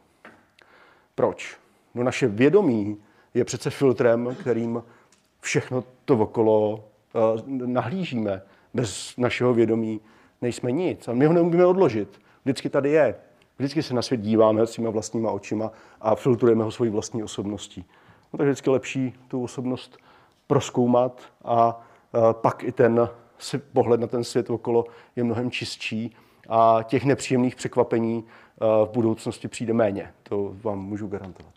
Proč? No naše vědomí je přece filtrem, kterým všechno to okolo nahlížíme. Bez našeho vědomí nejsme nic. A my ho neumíme odložit. Vždycky tady je. Vždycky se na svět díváme svýma vlastníma očima a filtrujeme ho svojí vlastní osobností. No, tak vždycky lepší tu osobnost prozkoumat a pak i ten pohled na ten svět okolo je mnohem čistší a těch nepříjemných překvapení v budoucnosti přijde méně. To vám můžu garantovat.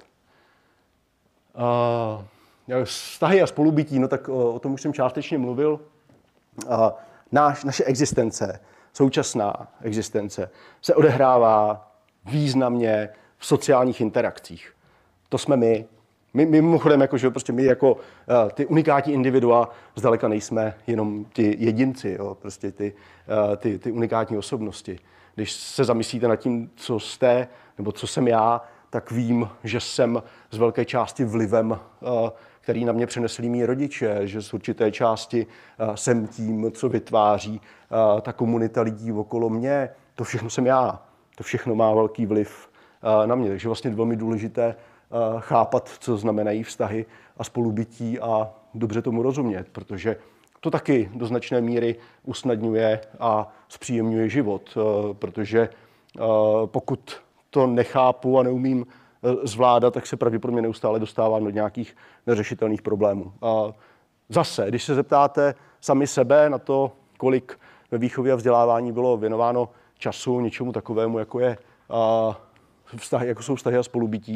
Vztahy a spolubytí, no tak o tom už jsem částečně mluvil. Naše existence, současná existence, se odehrává významně v sociálních interakcích. To jsme my. My mimochodem, že prostě my jako ty unikátní individua zdaleka nejsme jenom ty jedinci, jo, prostě ty unikátní osobnosti. Když se zamyslíte nad tím, co jste, nebo co jsem já, tak vím, že jsem z velké části vlivem, který na mě přenesli mý rodiče, že z určité části jsem tím, co vytváří ta komunita lidí okolo mě. To všechno jsem já. To všechno má velký vliv na mě. Takže vlastně je velmi důležité chápat, co znamenají vztahy a spolubytí a dobře tomu rozumět, protože to taky do značné míry usnadňuje a zpříjemňuje život, protože pokud to nechápu a neumím zvládat, tak se pravděpodobně neustále dostávám do nějakých neřešitelných problémů. A zase, když se zeptáte sami sebe na to, kolik ve výchově a vzdělávání bylo věnováno času něčemu takovému, jako jsou vztahy a spolubytí,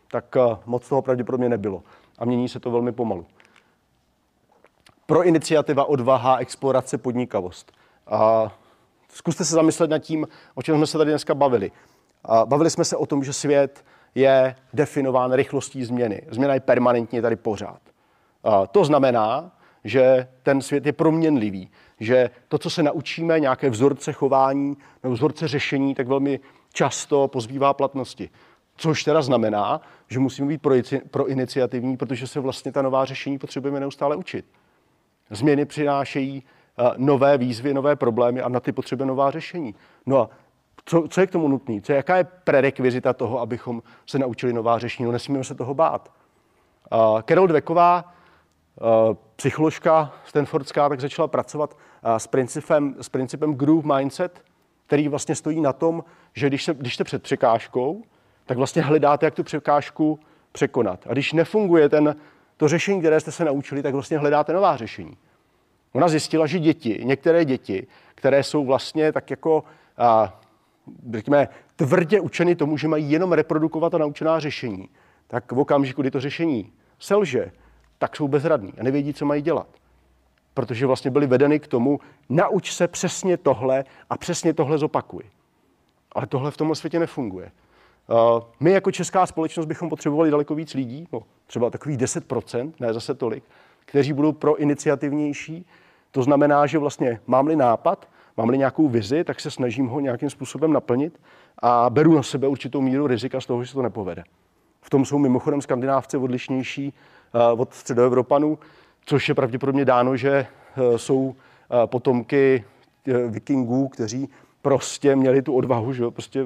tak moc toho pravděpodobně nebylo. A mění se to velmi pomalu. Pro iniciativa, odvaha, explorace, podnikavost. Zkuste se zamyslet nad tím, o čem jsme se tady dneska bavili. Bavili jsme se o tom, že svět je definován rychlostí změny. Změna je permanentně tady pořád. To znamená, že ten svět je proměnlivý, že to, co se naučíme, nějaké vzorce chování nebo vzorce řešení, tak velmi často pozbývá platnosti. Což teda znamená, že musíme být proiniciativní, protože se vlastně ta nová řešení potřebujeme neustále učit. Změny přinášejí nové výzvy, nové problémy a na ty potřebujeme nová řešení. No a co je k tomu nutné? Jaká je prerekvizita toho, abychom se naučili nová řešení? No nesmíme se toho bát. Carol Dwecková, psycholožka stanfordská, tak začala pracovat s principem groove mindset, který vlastně stojí na tom, že když jste před překážkou, tak vlastně hledáte, jak tu překážku překonat. A když nefunguje to řešení, které jste se naučili, tak vlastně hledáte nová řešení. Ona zjistila, že některé děti, které jsou vlastně tak jako, řekněme, tvrdě učeny tomu, že mají jenom reprodukovat a naučená řešení, tak v okamžiku, kdy to řešení selže, tak jsou bezradní a nevědí, co mají dělat. Protože vlastně byli vedeny k tomu, nauč se přesně tohle a přesně tohle zopakuj. Ale tohle v tomhle světě nefunguje. My jako česká společnost bychom potřebovali daleko víc lidí, no, třeba takových 10%, ne zase tolik, kteří budou proiniciativnější. To znamená, že vlastně mám-li nápad, mám-li nějakou vizi, tak se snažím ho nějakým způsobem naplnit a beru na sebe určitou míru rizika z toho, že se to nepovede. V tom jsou mimochodem Skandinávci odlišnější od Středoevropanů, což je pravděpodobně dáno, že jsou potomky vikingů, kteří prostě měli tu odvahu, že jo, prostě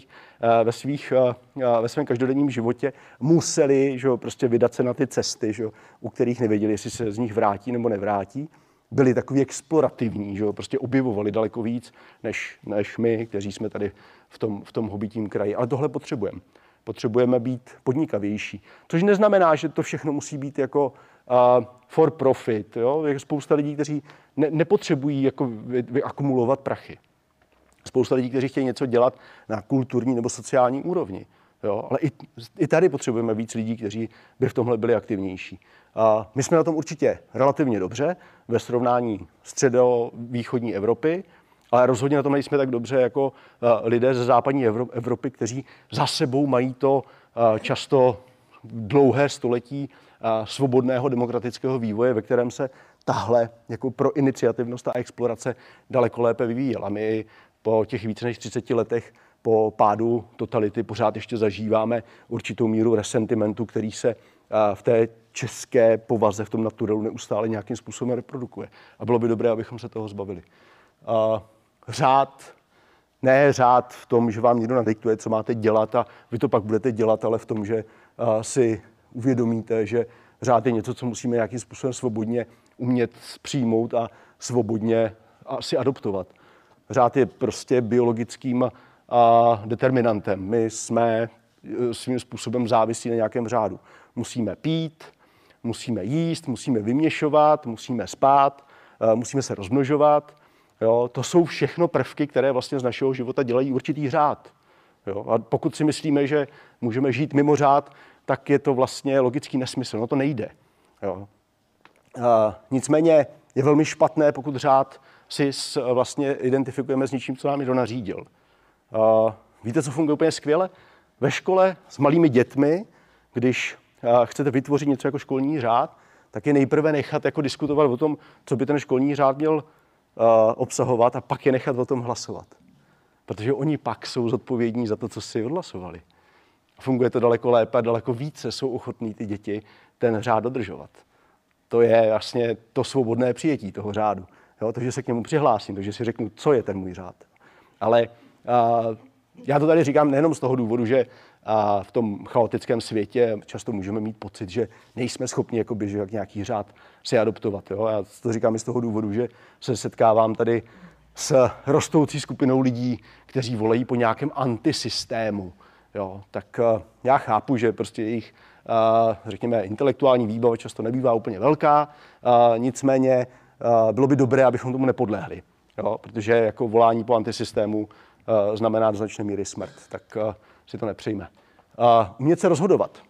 ve svém každodenním životě museli, že jo, prostě vydat se na ty cesty, že jo, u kterých nevěděli, jestli se z nich vrátí nebo nevrátí. Byli takový explorativní, že jo, prostě objevovali daleko víc, než my, kteří jsme tady v tom hobitím kraji. Ale tohle potřebujeme. Potřebujeme být podnikavější. Což neznamená, že to všechno musí být jako for profit. Jo? Je spousta lidí, kteří nepotřebují jako vyakumulovat prachy. Spousta lidí, kteří chtějí něco dělat na kulturní nebo sociální úrovni. Jo? Ale i tady potřebujeme víc lidí, kteří by v tomhle byli aktivnější. My jsme na tom určitě relativně dobře ve srovnání středovýchodní Evropy, ale rozhodně na tom nejsme tak dobře jako lidé ze západní Evropy, kteří za sebou mají to často dlouhé století svobodného demokratického vývoje, ve kterém se tahle jako proiniciativnost a explorace daleko lépe vyvíjela. My po těch více než 30 letech po pádu totality pořád ještě zažíváme určitou míru resentimentu, který se v té české povaze, v tom naturalu neustále nějakým způsobem reprodukuje. A bylo by dobré, abychom se toho zbavili. Řád v tom, že vám někdo nadiktuje, co máte dělat a vy to pak budete dělat, ale v tom, že si uvědomíte, že řád je něco, co musíme nějakým způsobem svobodně umět přijmout a svobodně si adoptovat. Řád je prostě biologickým determinantem. My jsme svým způsobem závislí na nějakém řádu. Musíme pít, musíme jíst, musíme vyměšovat, musíme spát, musíme se rozmnožovat. Jo, to jsou všechno prvky, které vlastně z našeho života dělají určitý řád. Jo, a pokud si myslíme, že můžeme žít mimo řád, tak je to vlastně logický nesmysl. No to nejde. Jo. Nicméně je velmi špatné, pokud řád si vlastně identifikujeme s něčím, co nám někdo nařídil. Víte, co funguje úplně skvěle? Ve škole s malými dětmi, když chcete vytvořit něco jako školní řád, tak je nejprve nechat jako diskutovat o tom, co by ten školní řád měl obsahovat a pak je nechat o tom hlasovat. Protože oni pak jsou zodpovědní za to, co si odhlasovali. Funguje to daleko lépe a daleko více jsou ochotní ty děti ten řád dodržovat. To je vlastně to svobodné přijetí toho řádu. Jo? Takže se k němu přihlásím, takže si řeknu, co je ten můj řád. Ale já to tady říkám nejenom z toho důvodu, že v tom chaotickém světě často můžeme mít pocit, že nejsme schopni jakoby, že nějaký řád si adoptovat. Jo? Já to říkám i z toho důvodu, že se setkávám tady s rostoucí skupinou lidí, kteří volají po nějakém antisystému. Jo? Tak já chápu, že prostě jejich, řekněme, intelektuální výbava často nebývá úplně velká, nicméně bylo by dobré, abychom tomu nepodlehli. Jo? Protože jako volání po antisystému znamená do značné míry smrt, tak si to nepřejme. Umět se rozhodovat.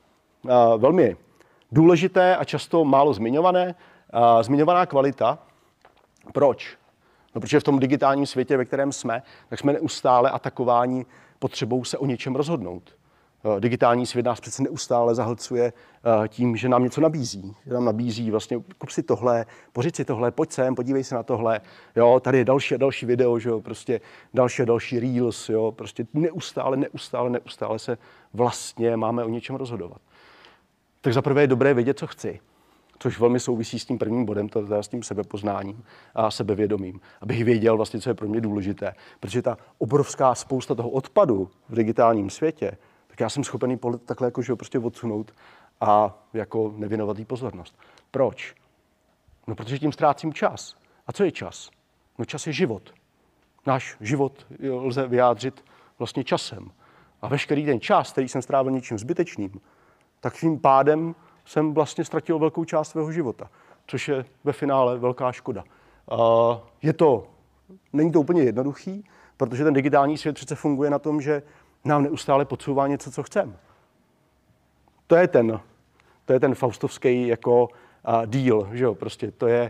velmi důležité a často málo zmiňovaná kvalita. Proč? No, protože v tom digitálním světě, ve kterém jsme, tak jsme neustále atakováni potřebou se o něčem rozhodnout. Digitální svět nás přece neustále zahlcuje tím, že nám něco nabízí. Že nám nabízí vlastně, kup si tohle, pořiď si tohle, pojď sem, podívej se na tohle. Jo, tady je další a další video, že jo, prostě další a další reels, jo, prostě neustále se vlastně máme o něčem rozhodovat. Tak zaprvé je dobré vědět, co chci, což velmi souvisí s tím prvním bodem, to je s tím sebepoznáním a sebevědomím, abych věděl vlastně, co je pro mě důležité. Protože ta obrovská spousta toho odpadu v digitálním světě, tak já jsem schopený takhle jako, prostě odsunout a jako nevěnovat jí pozornost. Proč? No, protože tím ztrácím čas. A co je čas? No, čas je život. Náš život lze vyjádřit vlastně časem. A veškerý ten čas, který jsem strávil něčím zbytečným, tak tím pádem jsem vlastně ztratil velkou část svého života, což je ve finále velká škoda. Není to úplně jednoduchý, protože ten digitální svět přece funguje na tom, že nám neustále podsouvá něco, co chceme. To je ten faustovský jako deal, že jo? Prostě to je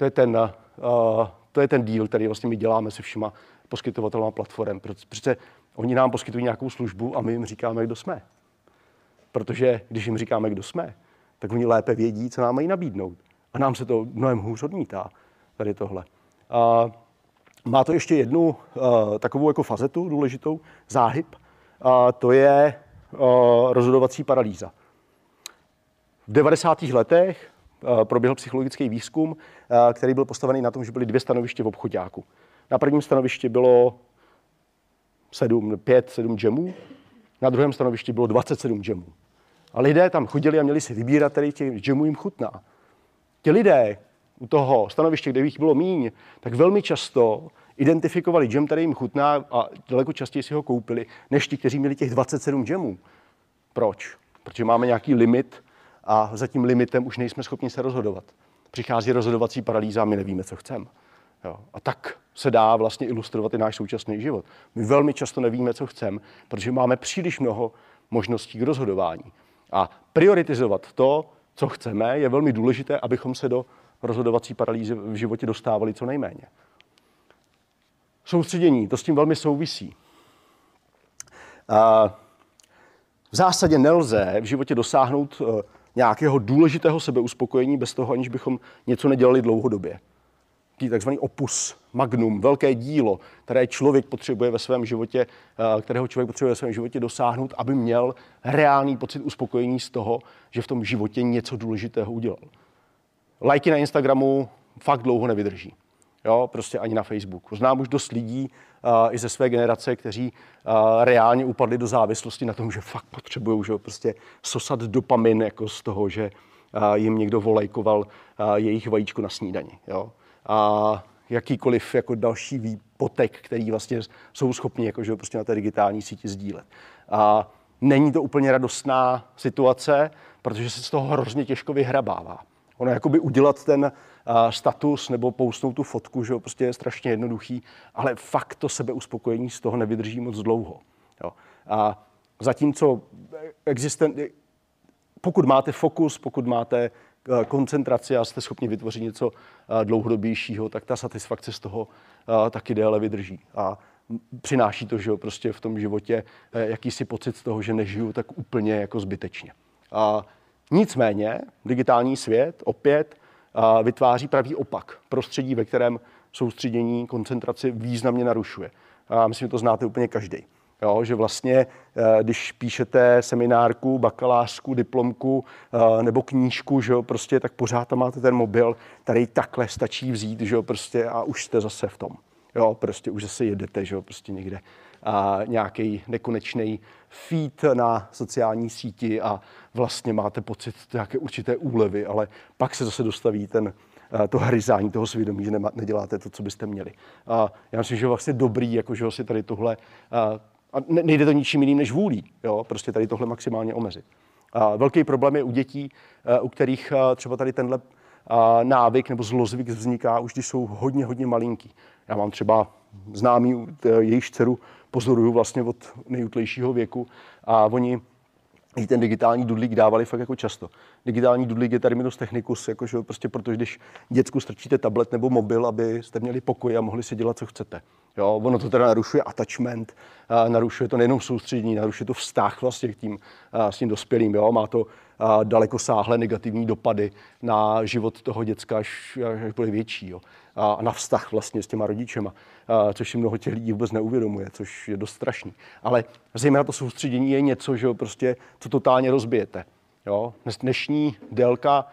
ten deal, který vlastně my děláme se všema poskytovatelema platform. Přece oni nám poskytují nějakou službu a my jim říkáme, kdo jsme. Protože když jim říkáme, kdo jsme, tak oni lépe vědí, co nám mají nabídnout. A nám se to mnohem hůř odmítá, tady tohle. Má to ještě jednu takovou jako fazetu důležitou, záhyb, to je rozhodovací paralýza. V 90. letech proběhl psychologický výzkum, který byl postavený na tom, že byly 2 stanoviště v obchoďáku. Na prvním stanovišti bylo 5-7 džemů, na druhém stanovišti bylo 27 džemů. A lidé tam chodili a měli si vybírat, který těch džemů jim chutná. Ti lidé u toho stanoviště, kde jich bylo míň, tak velmi často identifikovali džem, který jim chutná a daleko častěji si ho koupili, než ti, kteří měli těch 27 džemů. Proč? Protože máme nějaký limit a za tím limitem už nejsme schopni se rozhodovat. Přichází rozhodovací paralýza a my nevíme, co chceme. Jo. A tak se dá vlastně ilustrovat i náš současný život. My velmi často nevíme, co chceme, protože máme příliš mnoho možností k rozhodování. A prioritizovat to, co chceme, je velmi důležité, abychom se do rozhodovací paralýzy v životě dostávali co nejméně. Soustředění, to s tím velmi souvisí. V zásadě nelze v životě dosáhnout nějakého důležitého sebeuspokojení bez toho, aniž bychom něco nedělali dlouhodobě. Takzvaný opus magnum, velké dílo, kterého člověk potřebuje ve svém životě dosáhnout, aby měl reálný pocit uspokojení z toho, že v tom životě něco důležitého udělal. Lajky na Instagramu fakt dlouho nevydrží. Jo, prostě ani na Facebooku. Znám už dost lidí i ze své generace, kteří reálně upadli do závislosti na tom, že fakt potřebují prostě sosat dopamin jako z toho, že jim někdo volajkoval jejich vajíčko na snídani. Jo. A jakýkoliv jako další výpotek, který vlastně jsou schopni jako, prostě na té digitální síti sdílet. A není to úplně radostná situace, protože se z toho hrozně těžko vyhrabává. Ono jakoby udělat ten status nebo postnout tu fotku, že prostě je strašně jednoduchý, ale fakt to sebeuspokojení z toho nevydrží moc dlouho. Jo. A zatímco pokud máte fokus, pokud máte koncentraci a jste schopni vytvořit něco dlouhodobějšího, tak ta satisfakce z toho taky déle vydrží. A přináší to, že prostě v tom životě jakýsi pocit z toho, že nežiju tak úplně jako zbytečně. Nicméně digitální svět opět vytváří pravý opak. Prostředí, ve kterém soustředění, koncentraci významně narušuje. A myslím, že to znáte úplně každý. Jo, že vlastně, když píšete seminárku, bakalářku, diplomku nebo knížku, že jo, prostě, tak pořád tam máte ten mobil, který takhle stačí vzít, že jo, prostě, a už jste zase v tom. Jo, prostě už zase jedete, že jo, prostě někde nějaký nekonečný feed na sociální síti a vlastně máte pocit nějaké určité úlevy, ale pak se zase dostaví to hryzání toho svědomí, že neděláte to, co byste měli. Já myslím, že je vlastně dobrý, jako, že si tady tohle, a nejde to ničím jiným než vůlí, jo, prostě tady tohle maximálně omezit. Velký problém je u dětí, u kterých třeba tady tenhle návyk nebo zlozvyk vzniká už, když jsou hodně, hodně malinký. Já mám třeba známý, jejíž dceru pozoruju vlastně od nejútlejšího věku a oni i ten digitální dudlík dávali fakt jako často. Digitální dudlík je terminus technicus, jakože prostě protože když děcku strčíte tablet nebo mobil, abyste měli pokoj a mohli si dělat, co chcete. Jo, ono to teda narušuje attachment, narušuje to nejenom soustředění, narušuje to vztah vlastně s tím dospělým. Jo. Má to dalekosáhlé negativní dopady na život toho děcka, až bude větší. Jo. A na vztah vlastně s těma rodičema, což si mnoho těch lidí vůbec neuvědomuje, což je dost strašný. Ale zejména to soustředění je něco, že jo, prostě, co totálně rozbijete. Jo. Dnešní délka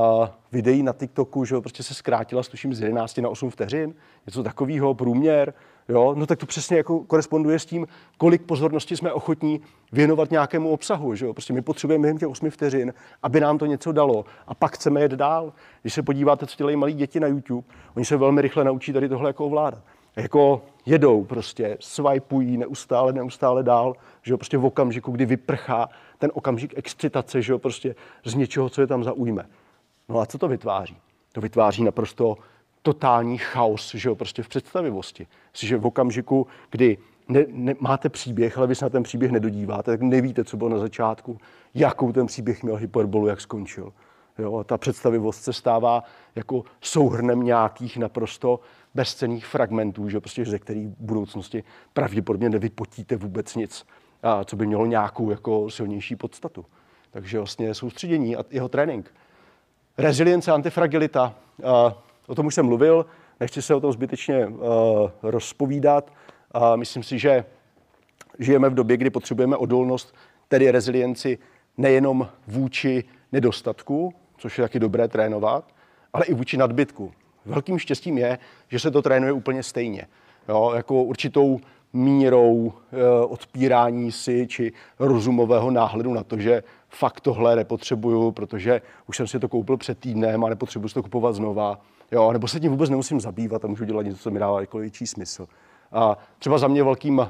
videí na TikToku, že jo, prostě se zkrátila, tuším, z 11 na 8 vteřin, něco takového, průměr, jo, no tak to přesně jako koresponduje s tím, kolik pozornosti jsme ochotní věnovat nějakému obsahu, že jo, prostě my potřebujeme během těch 8 vteřin, aby nám to něco dalo a pak chceme jet dál. Když se podíváte, co dělají malí děti na YouTube, oni se velmi rychle naučí tady tohle jako ovládat. Jako jedou prostě, swipují neustále dál, že jo, prostě v okamžiku, kdy vyprchá ten okamžik excitace, že jo, prostě z něčeho, co je tam zaujme. No a co to vytváří? To vytváří naprosto totální chaos, že jo, prostě v představivosti. Že v okamžiku, kdy máte příběh, ale vy se na ten příběh nedodíváte, tak nevíte, co bylo na začátku, jakou ten příběh měl hyperbolu, jak skončil. Jo, a ta představivost se stává jako souhrnem nějakých naprosto bezcenných fragmentů, že prostě ze kterých v budoucnosti pravděpodobně nevypotíte vůbec nic, co by mělo nějakou jako silnější podstatu. Takže vlastně soustředění a jeho trénink. Rezilience, antifragilita, o tom už jsem mluvil, nechci se o tom zbytečně rozpovídat. Myslím si, že žijeme v době, kdy potřebujeme odolnost, tedy rezilienci nejenom vůči nedostatku, což je taky dobré trénovat, ale i vůči nadbytku. Velkým štěstím je, že se to trénuje úplně stejně. Jo, jako určitou mírou odpírání si či rozumového náhledu na to, že fakt tohle nepotřebuju, protože už jsem si to koupil před týdnem a nepotřebuji si to kupovat znova. Jo, nebo se tím vůbec nemusím zabývat a můžu dělat něco, co mi dává jako větší smysl. A třeba za mě velkým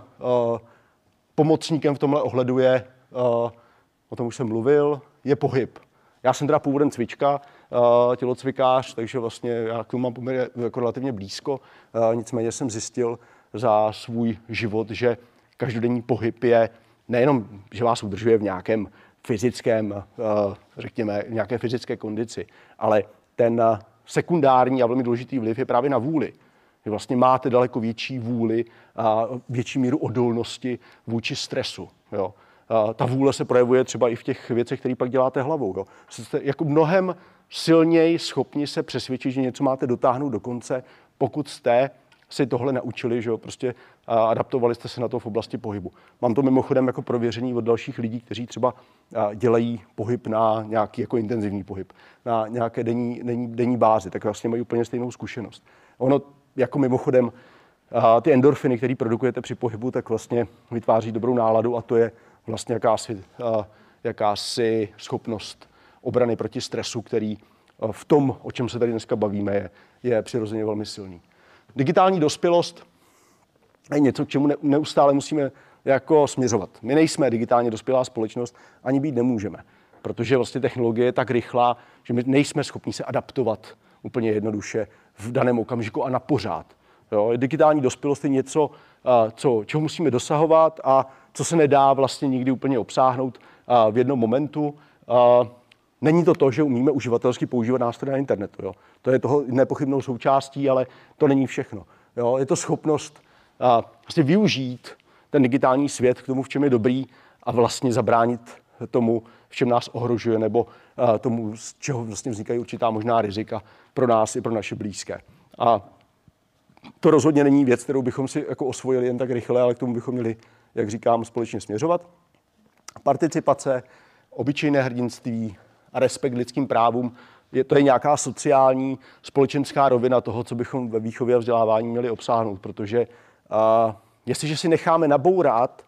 pomocníkem v tomhle ohledu je, o tom už jsem mluvil, je pohyb. Já jsem teda původem cvička, tělocvikář, takže vlastně já k tomu mám poměrně jako relativně blízko. Nicméně jsem zjistil za svůj život, že každodenní pohyb je nejenom, že vás udržuje v nějakém fyzickém, řekněme, nějaké fyzické kondici, ale ten sekundární a velmi důležitý vliv je právě na vůli. Vy vlastně máte daleko větší vůli a větší míru odolnosti vůči stresu. Jo. Ta vůle se projevuje třeba i v těch věcech, které pak děláte hlavou. Jo. Jste jako mnohem silněji schopni se přesvědčit, že něco máte dotáhnout do konce, pokud jste si tohle naučili, že jo, prostě adaptovali jste se na to v oblasti pohybu. Mám to mimochodem jako prověření od dalších lidí, kteří třeba dělají pohyb na nějaký jako intenzivní pohyb, na nějaké denní bázi, tak vlastně mají úplně stejnou zkušenost. Ono jako mimochodem ty endorfiny, které produkujete při pohybu, tak vlastně vytváří dobrou náladu a to je vlastně jakási schopnost obrany proti stresu, který v tom, o čem se tady dneska bavíme, je přirozeně velmi silný. Digitální dospělost je něco, k čemu neustále musíme jako směřovat. My nejsme digitálně dospělá společnost, ani být nemůžeme, protože vlastně technologie je tak rychlá, že my nejsme schopni se adaptovat úplně jednoduše v daném okamžiku a na pořád. Jo? Digitální dospělost je něco, čeho musíme dosahovat a co se nedá vlastně nikdy úplně obsáhnout v jednom momentu. Není to to, že umíme uživatelsky používat nástroje na internetu. Jo? To je toho nepochybnou součástí, ale to není všechno. Jo? Je to schopnost vlastně využít ten digitální svět k tomu, v čem je dobrý a vlastně zabránit tomu, v čem nás ohrožuje, nebo tomu, z čeho vlastně vznikají určitá možná rizika pro nás i pro naše blízké. A to rozhodně není věc, kterou bychom si jako osvojili jen tak rychle, ale k tomu bychom měli, jak říkám, společně směřovat. Participace, obyčejné hrdinství a respekt lidským právům, to je nějaká sociální, společenská rovina toho, co bychom ve výchově a vzdělávání měli obsáhnout, protože jestliže si necháme nabourat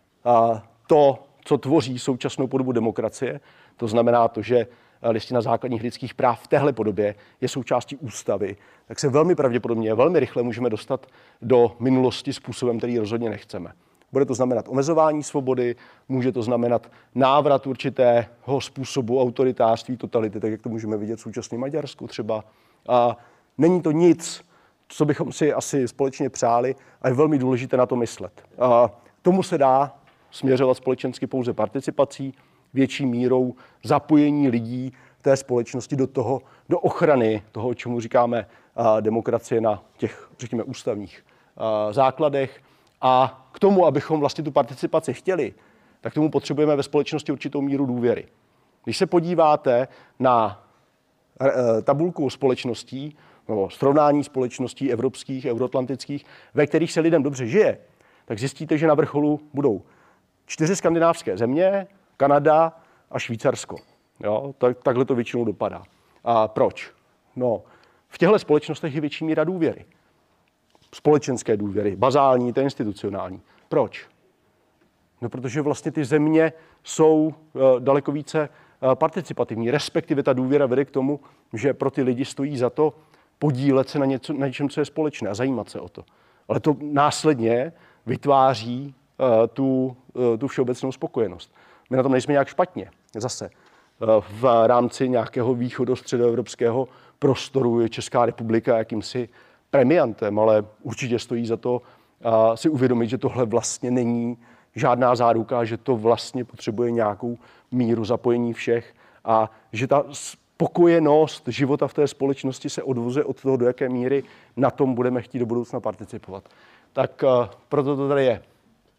to, co tvoří současnou podobu demokracie, to znamená to, že Listina základních lidských práv v téhle podobě je součástí ústavy, tak se velmi pravděpodobně, velmi rychle můžeme dostat do minulosti způsobem, který rozhodně nechceme. Bude to znamenat omezování svobody, může to znamenat návrat určitého způsobu autoritářství, totality, tak jak to můžeme vidět v současném Maďarsku třeba. A není to nic, co bychom si asi společně přáli a je velmi důležité na to myslet. A tomu se dá směřovat společensky pouze participací, větší mírou zapojení lidí té společnosti do ochrany toho, čemu říkáme demokracie na těch, řekněme, ústavních základech. A k tomu, abychom vlastně tu participaci chtěli, tak tomu potřebujeme ve společnosti určitou míru důvěry. Když se podíváte na tabulku společností, nebo srovnání společností evropských, euroatlantických, ve kterých se lidem dobře žije, tak zjistíte, že na vrcholu budou 4 skandinávské země, Kanada a Švýcarsko. Jo, takhle to většinou dopadá. A proč? No, v těchto společnostech je větší míra důvěry. Společenské důvěry, bazální, to institucionální. Proč? No, protože vlastně ty země jsou daleko více participativní, respektive ta důvěra vede k tomu, že pro ty lidi stojí za to podílet se na něčem, co je společné a zajímat se o to. Ale to následně vytváří tu všeobecnou spokojenost. My na tom nejsme nějak špatně. Zase v rámci nějakého východostředoevropského prostoru je Česká republika jakýmsi premiantem, ale určitě stojí za to si uvědomit, že tohle vlastně není žádná záruka, že to vlastně potřebuje nějakou míru zapojení všech a že ta spokojenost života v té společnosti se odvozuje od toho, do jaké míry na tom budeme chtít do budoucna participovat. Tak proto to tady je.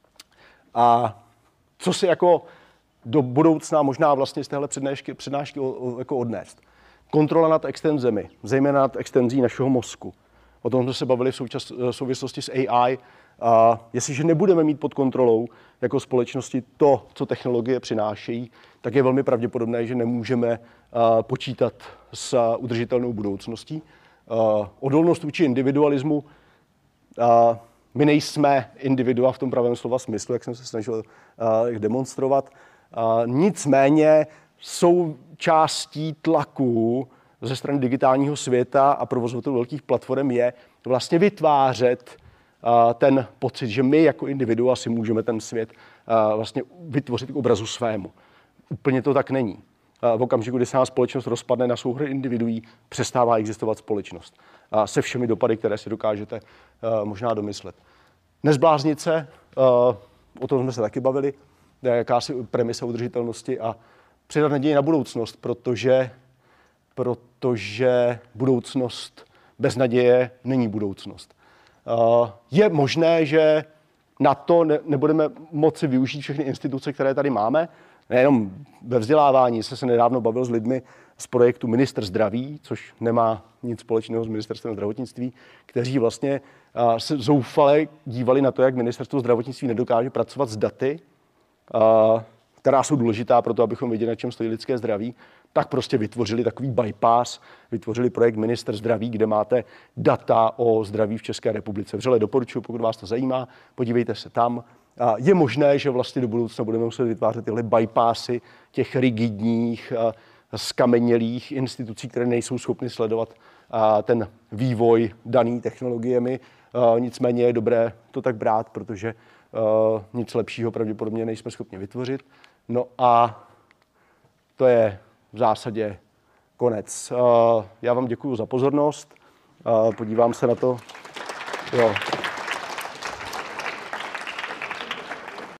A co si jako do budoucna možná vlastně z téhle přednášky jako odnést? Kontrola nad extenzemi, zejména nad extenzí našeho mozku. O tom jsme se bavili v souvislosti s AI. A jestliže nebudeme mít pod kontrolou jako společnosti to, co technologie přinášejí, tak je velmi pravděpodobné, že nemůžeme počítat s udržitelnou budoucností. Odolnost vůči individualismu. My nejsme individua v tom pravém slova smyslu, jak jsem se snažil demonstrovat. Nicméně jsou částí tlaku ze strany digitálního světa a provozovatelů velkých platform je vlastně vytvářet ten pocit, že my jako individua si můžeme ten svět vlastně vytvořit k obrazu svému. Úplně to tak není. V okamžiku, kdy se nás společnost rozpadne na souhry individuí, přestává existovat společnost. Se všemi dopady, které si dokážete možná domyslet. Nezbláznit se, o tom jsme se taky bavili, jakási premisa udržitelnosti a přidat naději na budoucnost, protože budoucnost bez naděje není budoucnost. Je možné, že na to nebudeme moci využít všechny instituce, které tady máme. Nejenom ve vzdělávání. Jsem se nedávno bavil s lidmi z projektu Ministr zdraví, což nemá nic společného s ministerstvem zdravotnictví, kteří vlastně se zoufale dívali na to, jak ministerstvo zdravotnictví nedokáže pracovat s daty, která jsou důležitá pro to, abychom věděli, na čem stojí lidské zdraví, tak prostě vytvořili takový bypass, vytvořili projekt Ministr zdraví, kde máte data o zdraví v České republice. Vřele doporučuji, pokud vás to zajímá, podívejte se tam. Je možné, že vlastně do budoucna budeme muset vytvářet tyhle bypassy těch rigidních, skamenělých institucí, které nejsou schopny sledovat ten vývoj daný technologiemi. Nicméně je dobré to tak brát, protože nic lepšího pravděpodobně nejsme schopni vytvořit. No a to je v zásadě konec. Já vám děkuji za pozornost. Podívám se na to. Jo.